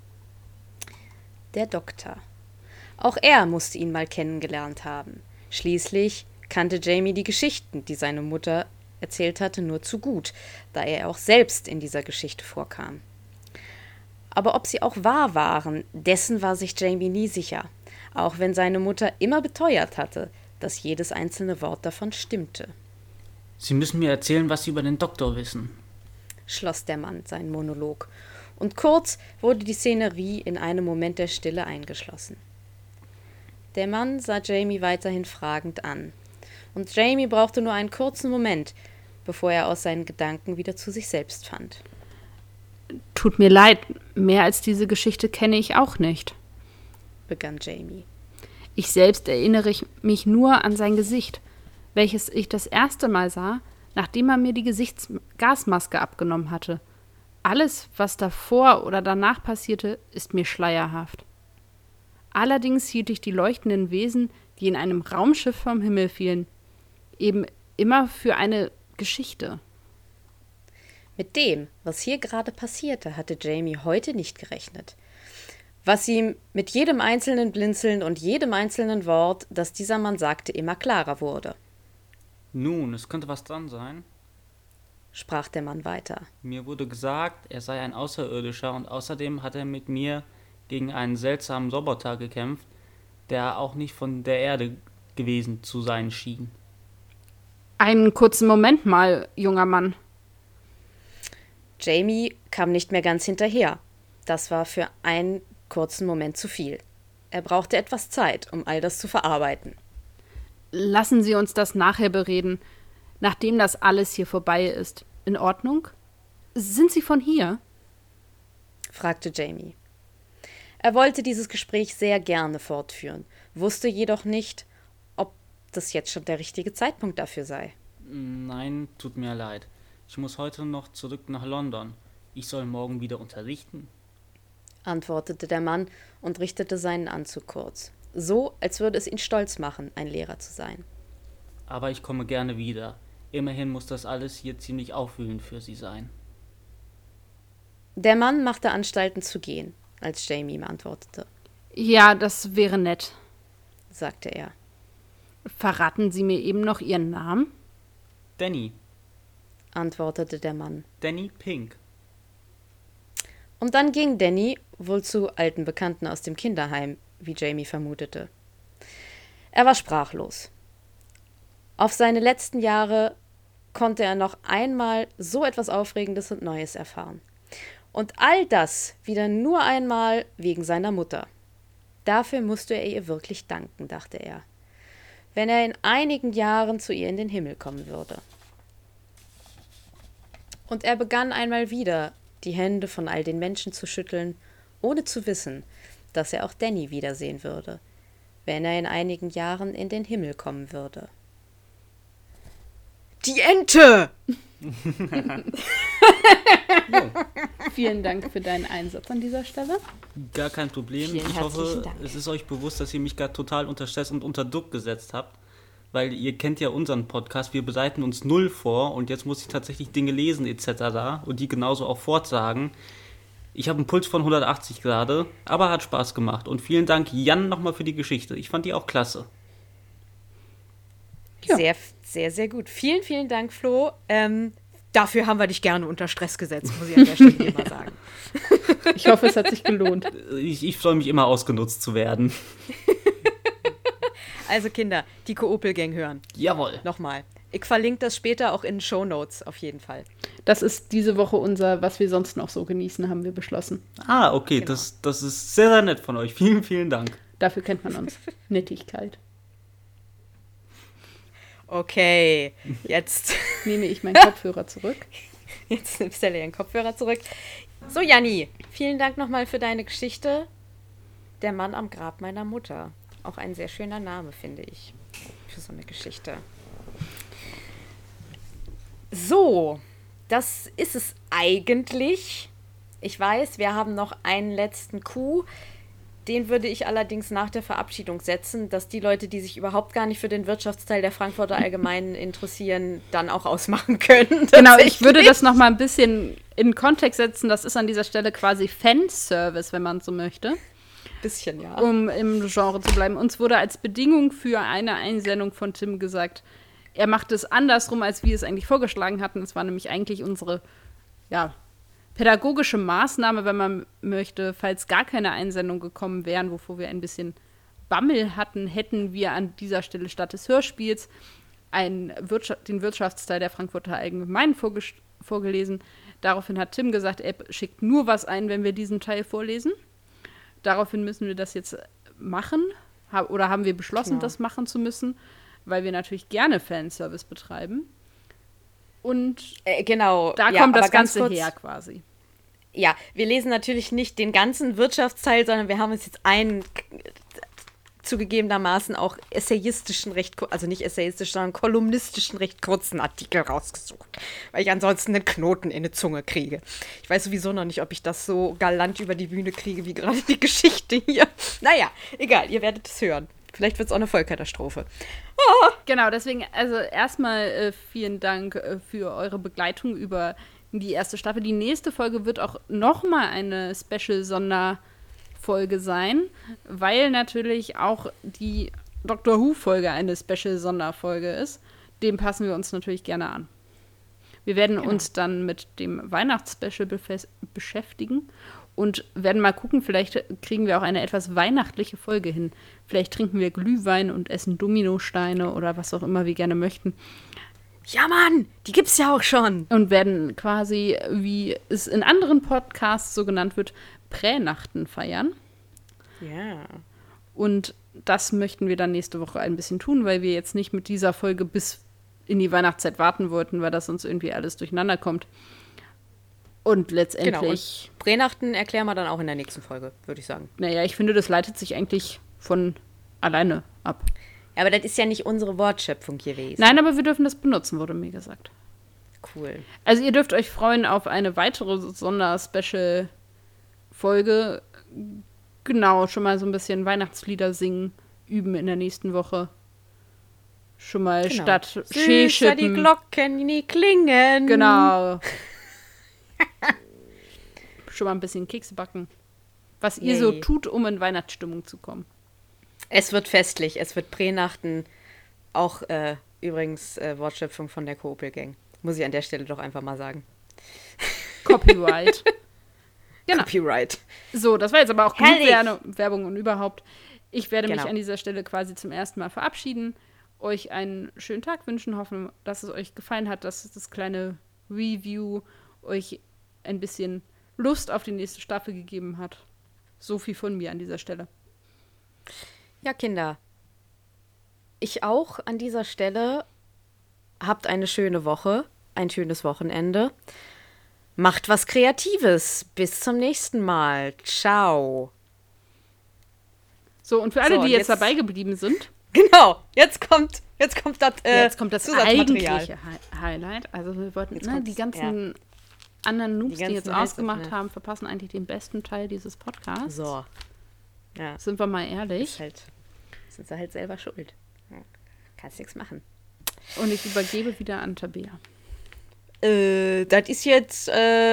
Der Doktor. Auch er musste ihn mal kennengelernt haben. Schließlich kannte Jamie die Geschichten, die seine Mutter erzählt hatte, nur zu gut, da er auch selbst in dieser Geschichte vorkam. Aber ob sie auch wahr waren, dessen war sich Jamie nie sicher, auch wenn seine Mutter immer beteuert hatte, dass jedes einzelne Wort davon stimmte. Sie müssen mir erzählen, was Sie über den Doktor wissen, schloss der Mann seinen Monolog, und kurz wurde die Szenerie in einem Moment der Stille eingeschlossen. Der Mann sah Jamie weiterhin fragend an, und Jamie brauchte nur einen kurzen Moment, bevor er aus seinen Gedanken wieder zu sich selbst fand. Tut mir leid, mehr als diese Geschichte kenne ich auch nicht, begann Jamie. Ich selbst erinnere mich nur an sein Gesicht, welches ich das erste Mal sah, nachdem er mir die Gesichtsgasmaske abgenommen hatte. Alles, was davor oder danach passierte, ist mir schleierhaft. Allerdings hielt ich die leuchtenden Wesen, die in einem Raumschiff vom Himmel fielen, eben immer für eine Geschichte. Mit dem, was hier gerade passierte, hatte Jamie heute nicht gerechnet. was ihm mit jedem einzelnen Blinzeln und jedem einzelnen Wort, das dieser Mann sagte, immer klarer wurde. Nun, es könnte was dran sein. Sprach der Mann weiter. Mir wurde gesagt, er sei ein Außerirdischer und außerdem hat er mit mir gegen einen seltsamen Roboter gekämpft, der auch nicht von der Erde gewesen zu sein schien. Einen kurzen Moment mal, junger Mann. Jamie kam nicht mehr ganz hinterher. Das war für einen kurzen Moment zu viel. Er brauchte etwas Zeit, um all das zu verarbeiten. Lassen Sie uns das nachher bereden, nachdem das alles hier vorbei ist. In Ordnung? Sind Sie von hier? Fragte Jamie. Er wollte dieses Gespräch sehr gerne fortführen, wusste jedoch nicht, ob das jetzt schon der richtige Zeitpunkt dafür sei. Nein, tut mir leid. Ich muss heute noch zurück nach London. Ich soll morgen wieder unterrichten, antwortete der Mann und richtete seinen Anzug kurz. So, als würde es ihn stolz machen, ein Lehrer zu sein. aber ich komme gerne wieder. Immerhin muss das alles hier ziemlich aufwühlend für Sie sein. Der Mann machte Anstalten zu gehen, als Jamie ihm antwortete, Ja, das wäre nett. sagte er. Verraten Sie mir eben noch Ihren Namen? Danny, Antwortete der Mann. Danny Pink. Und dann ging Danny wohl zu alten Bekannten aus dem Kinderheim, wie Jamie vermutete. Er war sprachlos. Auf seine letzten Jahre konnte er noch einmal so etwas Aufregendes und Neues erfahren. Und all das wieder nur einmal wegen seiner Mutter. Dafür musste er ihr wirklich danken, dachte er, wenn er in einigen Jahren zu ihr in den Himmel kommen würde. Und er begann einmal wieder, die Hände von all den Menschen zu schütteln, ohne zu wissen, dass er auch Danny wiedersehen würde, wenn er in einigen Jahren in den Himmel kommen würde. Die Ente! Vielen Dank für deinen Einsatz an dieser Stelle. Gar kein Problem. Vielen Ich herzlichen hoffe, Dank. es ist euch bewusst, dass ihr mich gerade total unter Stress und unter Druck gesetzt habt. Weil ihr kennt ja unseren Podcast, wir bereiten uns null vor und jetzt muss ich tatsächlich Dinge lesen etc. und die genauso auch fortsagen. Ich habe einen Puls von 180 gerade, aber hat Spaß gemacht. Und vielen Dank, Jan, nochmal für die Geschichte. Ich fand die auch klasse. Ja. Sehr, sehr, sehr gut. Vielen, vielen Dank, Flo. Dafür haben wir dich gerne unter Stress gesetzt, muss ich an der Stelle mal sagen. Ich hoffe, es hat sich gelohnt. Ich freue mich immer, ausgenutzt zu werden. Also Kinder, die Koopel-Gang hören. Jawohl. Nochmal. Ich verlinke das später auch in den Shownotes auf jeden Fall. Das ist diese Woche unser, was wir sonst noch so genießen, haben wir beschlossen. Ah, okay, Genau. das ist sehr, sehr nett von euch. Vielen, vielen Dank. Dafür kennt man uns. Nettigkeit. Okay, jetzt Nehme ich meinen Kopfhörer zurück. nimmst du den Kopfhörer zurück. So, Janni, vielen Dank nochmal für deine Geschichte. Der Mann am Grab meiner Mutter. Auch ein sehr schöner Name, finde ich, für so eine Geschichte. So, das ist es eigentlich. Ich weiß, wir haben noch einen letzten Coup. Den würde ich allerdings nach der Verabschiedung setzen, dass die Leute, die sich überhaupt gar nicht für den Wirtschaftsteil der Frankfurter Allgemeinen interessieren, dann auch ausmachen können. Genau, ich würde das noch mal ein bisschen in Kontext setzen. Das ist an dieser Stelle quasi Fanservice, wenn man so möchte, Bisschen, ja. um im Genre zu bleiben. Uns wurde als Bedingung für eine Einsendung von Tim gesagt, er macht es andersrum, als wir es eigentlich vorgeschlagen hatten. Es war nämlich eigentlich unsere, ja, pädagogische Maßnahme, wenn man möchte, falls gar keine Einsendung gekommen wären, wovor wir ein bisschen Bammel hatten, hätten wir an dieser Stelle statt des Hörspiels den Wirtschaftsteil der Frankfurter Allgemeinen vorgelesen. Daraufhin hat Tim gesagt, er schickt nur was ein, wenn wir diesen Teil vorlesen. Daraufhin müssen wir das jetzt machen, oder haben wir beschlossen, Genau. das machen zu müssen, weil wir natürlich gerne Fanservice betreiben. Und Genau. da ja, kommt das aber ganz Ganze kurz, her quasi. Ja, wir lesen natürlich nicht den ganzen Wirtschaftsteil, sondern wir haben uns jetzt einen zugegebenermaßen auch essayistischen, also nicht essayistisch, sondern kolumnistischen, recht kurzen Artikel rausgesucht, weil ich ansonsten einen Knoten in die Zunge kriege. Ich weiß sowieso noch nicht, ob ich das so galant über die Bühne kriege, wie gerade die Geschichte hier. Naja, egal, ihr werdet es hören. Vielleicht wird es auch eine Vollkatastrophe. Genau, deswegen, also erstmal vielen Dank für eure Begleitung über die erste Staffel. Die nächste Folge wird auch nochmal eine Special-Sonderfolge Folge sein, weil natürlich auch die Doctor Who-Folge eine Special-Sonderfolge ist. Dem passen wir uns natürlich gerne an. Wir werden uns dann mit dem Weihnachtsspecial beschäftigen und werden mal gucken, vielleicht kriegen wir auch eine etwas weihnachtliche Folge hin. Vielleicht trinken wir Glühwein und essen Dominosteine oder was auch immer wir gerne möchten. Ja, Mann, die gibt's ja auch schon. Und werden quasi, wie es in anderen Podcasts so genannt wird, Pränachten feiern. Ja. Und das möchten wir dann nächste Woche ein bisschen tun, weil wir jetzt nicht mit dieser Folge bis in die Weihnachtszeit warten wollten, weil das uns irgendwie alles durcheinander kommt. Und letztendlich... Genau, und Pränachten erklären wir dann auch in der nächsten Folge, würde ich sagen. Naja, ich finde, das leitet sich eigentlich von alleine ab. Ja, aber das ist ja nicht unsere Wortschöpfung gewesen. Nein, aber wir dürfen das benutzen, wurde mir gesagt. Cool. Also ihr dürft euch freuen auf eine weitere Sonder-Special-Folge. Genau, schon mal so ein bisschen Weihnachtslieder singen, üben in der nächsten Woche. Schon mal statt Süßer Skischippen. die Glocken, die klingen. Genau. Schon mal ein bisschen Kekse backen. Was ihr so Yay. tut, um in Weihnachtsstimmung zu kommen. Es wird festlich, es wird Pränachten. Auch übrigens Wortschöpfung von der Koopel-Gang. Muss ich an der Stelle doch einfach mal sagen. Copyright. Genau. Copyright. So, das war jetzt aber auch genug Herrlich. Werbung und überhaupt. Ich werde mich Genau. an dieser Stelle quasi zum ersten Mal verabschieden, euch einen schönen Tag wünschen, hoffen, dass es euch gefallen hat, dass das kleine Review euch ein bisschen Lust auf die nächste Staffel gegeben hat. So viel von mir an dieser Stelle. Ja, Kinder. Ich auch an dieser Stelle. Habt eine schöne Woche, ein schönes Wochenende. Macht was Kreatives. Bis zum nächsten Mal. Ciao. So, und für alle, So, die und jetzt jetzt- dabei geblieben sind, Genau, jetzt kommt das jetzt kommt das Zusatzmaterial. eigentliche Highlight. Also wir wollten, Jetzt ne, kommt's, die ganzen anderen Noobs, die ganzen jetzt Reste, ausgemacht ne? haben, verpassen eigentlich den besten Teil dieses Podcasts. So. Ja, Sind wir mal ehrlich. sind sie halt selber schuld. Ja, kannst nichts machen. Und ich übergebe wieder an Tabea. Das ist jetzt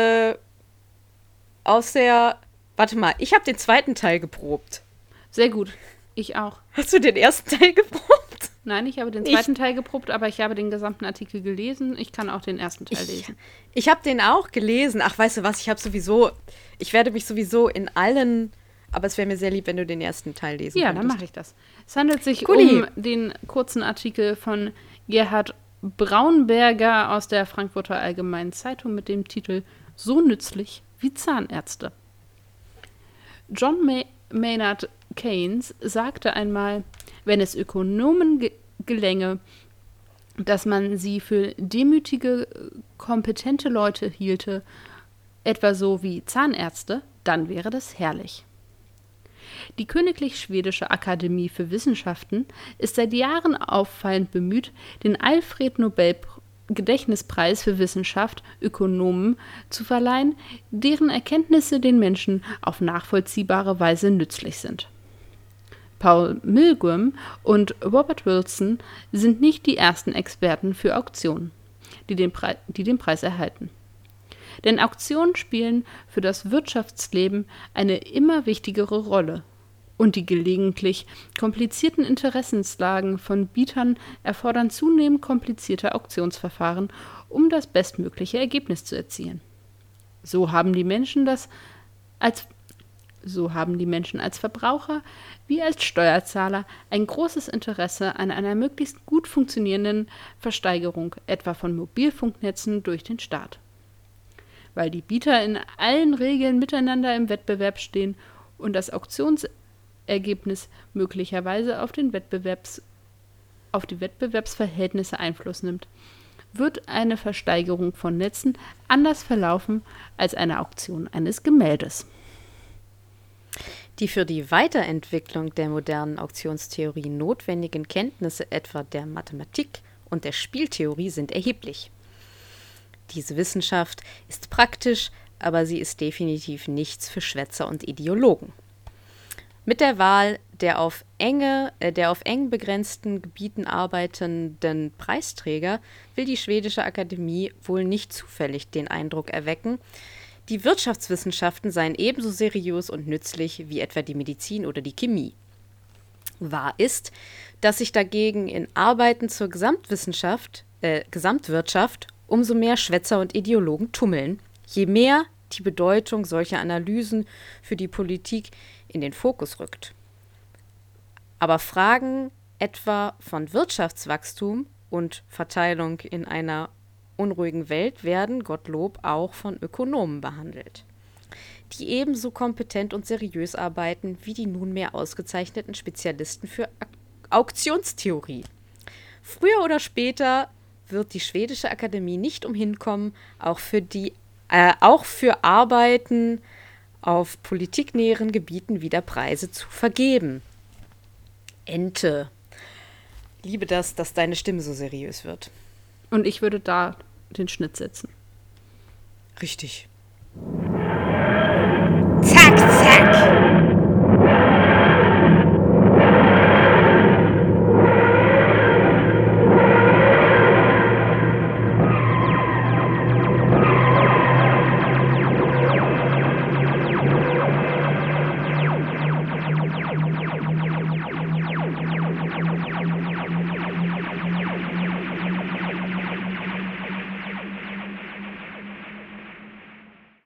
aus der. Warte mal, ich habe den zweiten Teil geprobt. Sehr gut. Ich auch. Hast du den ersten Teil geprobt? Nein, ich habe den Ich- zweiten Teil geprobt, aber ich habe den gesamten Artikel gelesen. Ich kann auch den ersten Teil lesen. Ich habe den auch gelesen. Ach, weißt du was? Ich werde mich sowieso in allen. Aber es wäre mir sehr lieb, wenn du den ersten Teil lesen Ja, könntest. dann mache ich das. Es handelt sich Cooli. um den kurzen Artikel von Gerhard Braunberger aus der Frankfurter Allgemeinen Zeitung mit dem Titel So nützlich wie Zahnärzte. John Maynard Keynes sagte einmal, wenn es Ökonomen gelänge, dass man sie für demütige, kompetente Leute hielte, etwa so wie Zahnärzte, dann wäre das herrlich. Die Königlich Schwedische Akademie für Wissenschaften ist seit Jahren auffallend bemüht, den Alfred-Nobel-Gedächtnispreis für Wissenschaft Ökonomen zu verleihen, deren Erkenntnisse den Menschen auf nachvollziehbare Weise nützlich sind. Paul Milgrom und Robert Wilson sind nicht die ersten Experten für Auktionen, die den Preis erhalten. Denn Auktionen spielen für das Wirtschaftsleben eine immer wichtigere Rolle. Und die gelegentlich komplizierten Interessenslagen von Bietern erfordern zunehmend komplizierte Auktionsverfahren, um das bestmögliche Ergebnis zu erzielen. So haben die Menschen als Verbraucher wie als Steuerzahler ein großes Interesse an einer möglichst gut funktionierenden Versteigerung, etwa von Mobilfunknetzen durch den Staat. Weil die Bieter in allen Regeln miteinander im Wettbewerb stehen und das Auktionsergebnis möglicherweise auf die Wettbewerbsverhältnisse Einfluss nimmt, wird eine Versteigerung von Netzen anders verlaufen als eine Auktion eines Gemäldes. Die für die Weiterentwicklung der modernen Auktionstheorie notwendigen Kenntnisse etwa der Mathematik und der Spieltheorie sind erheblich. Diese Wissenschaft ist praktisch, aber sie ist definitiv nichts für Schwätzer und Ideologen. Mit der Wahl der auf eng begrenzten Gebieten arbeitenden Preisträger will die Schwedische Akademie wohl nicht zufällig den Eindruck erwecken, die Wirtschaftswissenschaften seien ebenso seriös und nützlich wie etwa die Medizin oder die Chemie. Wahr ist, dass sich dagegen in Arbeiten zur Gesamtwirtschaft umso mehr Schwätzer und Ideologen tummeln, je mehr die Bedeutung solcher Analysen für die Politik in den Fokus rückt. Aber Fragen etwa von Wirtschaftswachstum und Verteilung in einer unruhigen Welt werden, Gottlob, auch von Ökonomen behandelt, die ebenso kompetent und seriös arbeiten wie die nunmehr ausgezeichneten Spezialisten für Auktionstheorie. Früher oder später wird die schwedische Akademie nicht umhin kommen, auch für Arbeiten auf politiknäheren Gebieten wieder Preise zu vergeben. Ente. Liebe das, dass deine Stimme so seriös wird. Und ich würde da den Schnitt setzen. Richtig.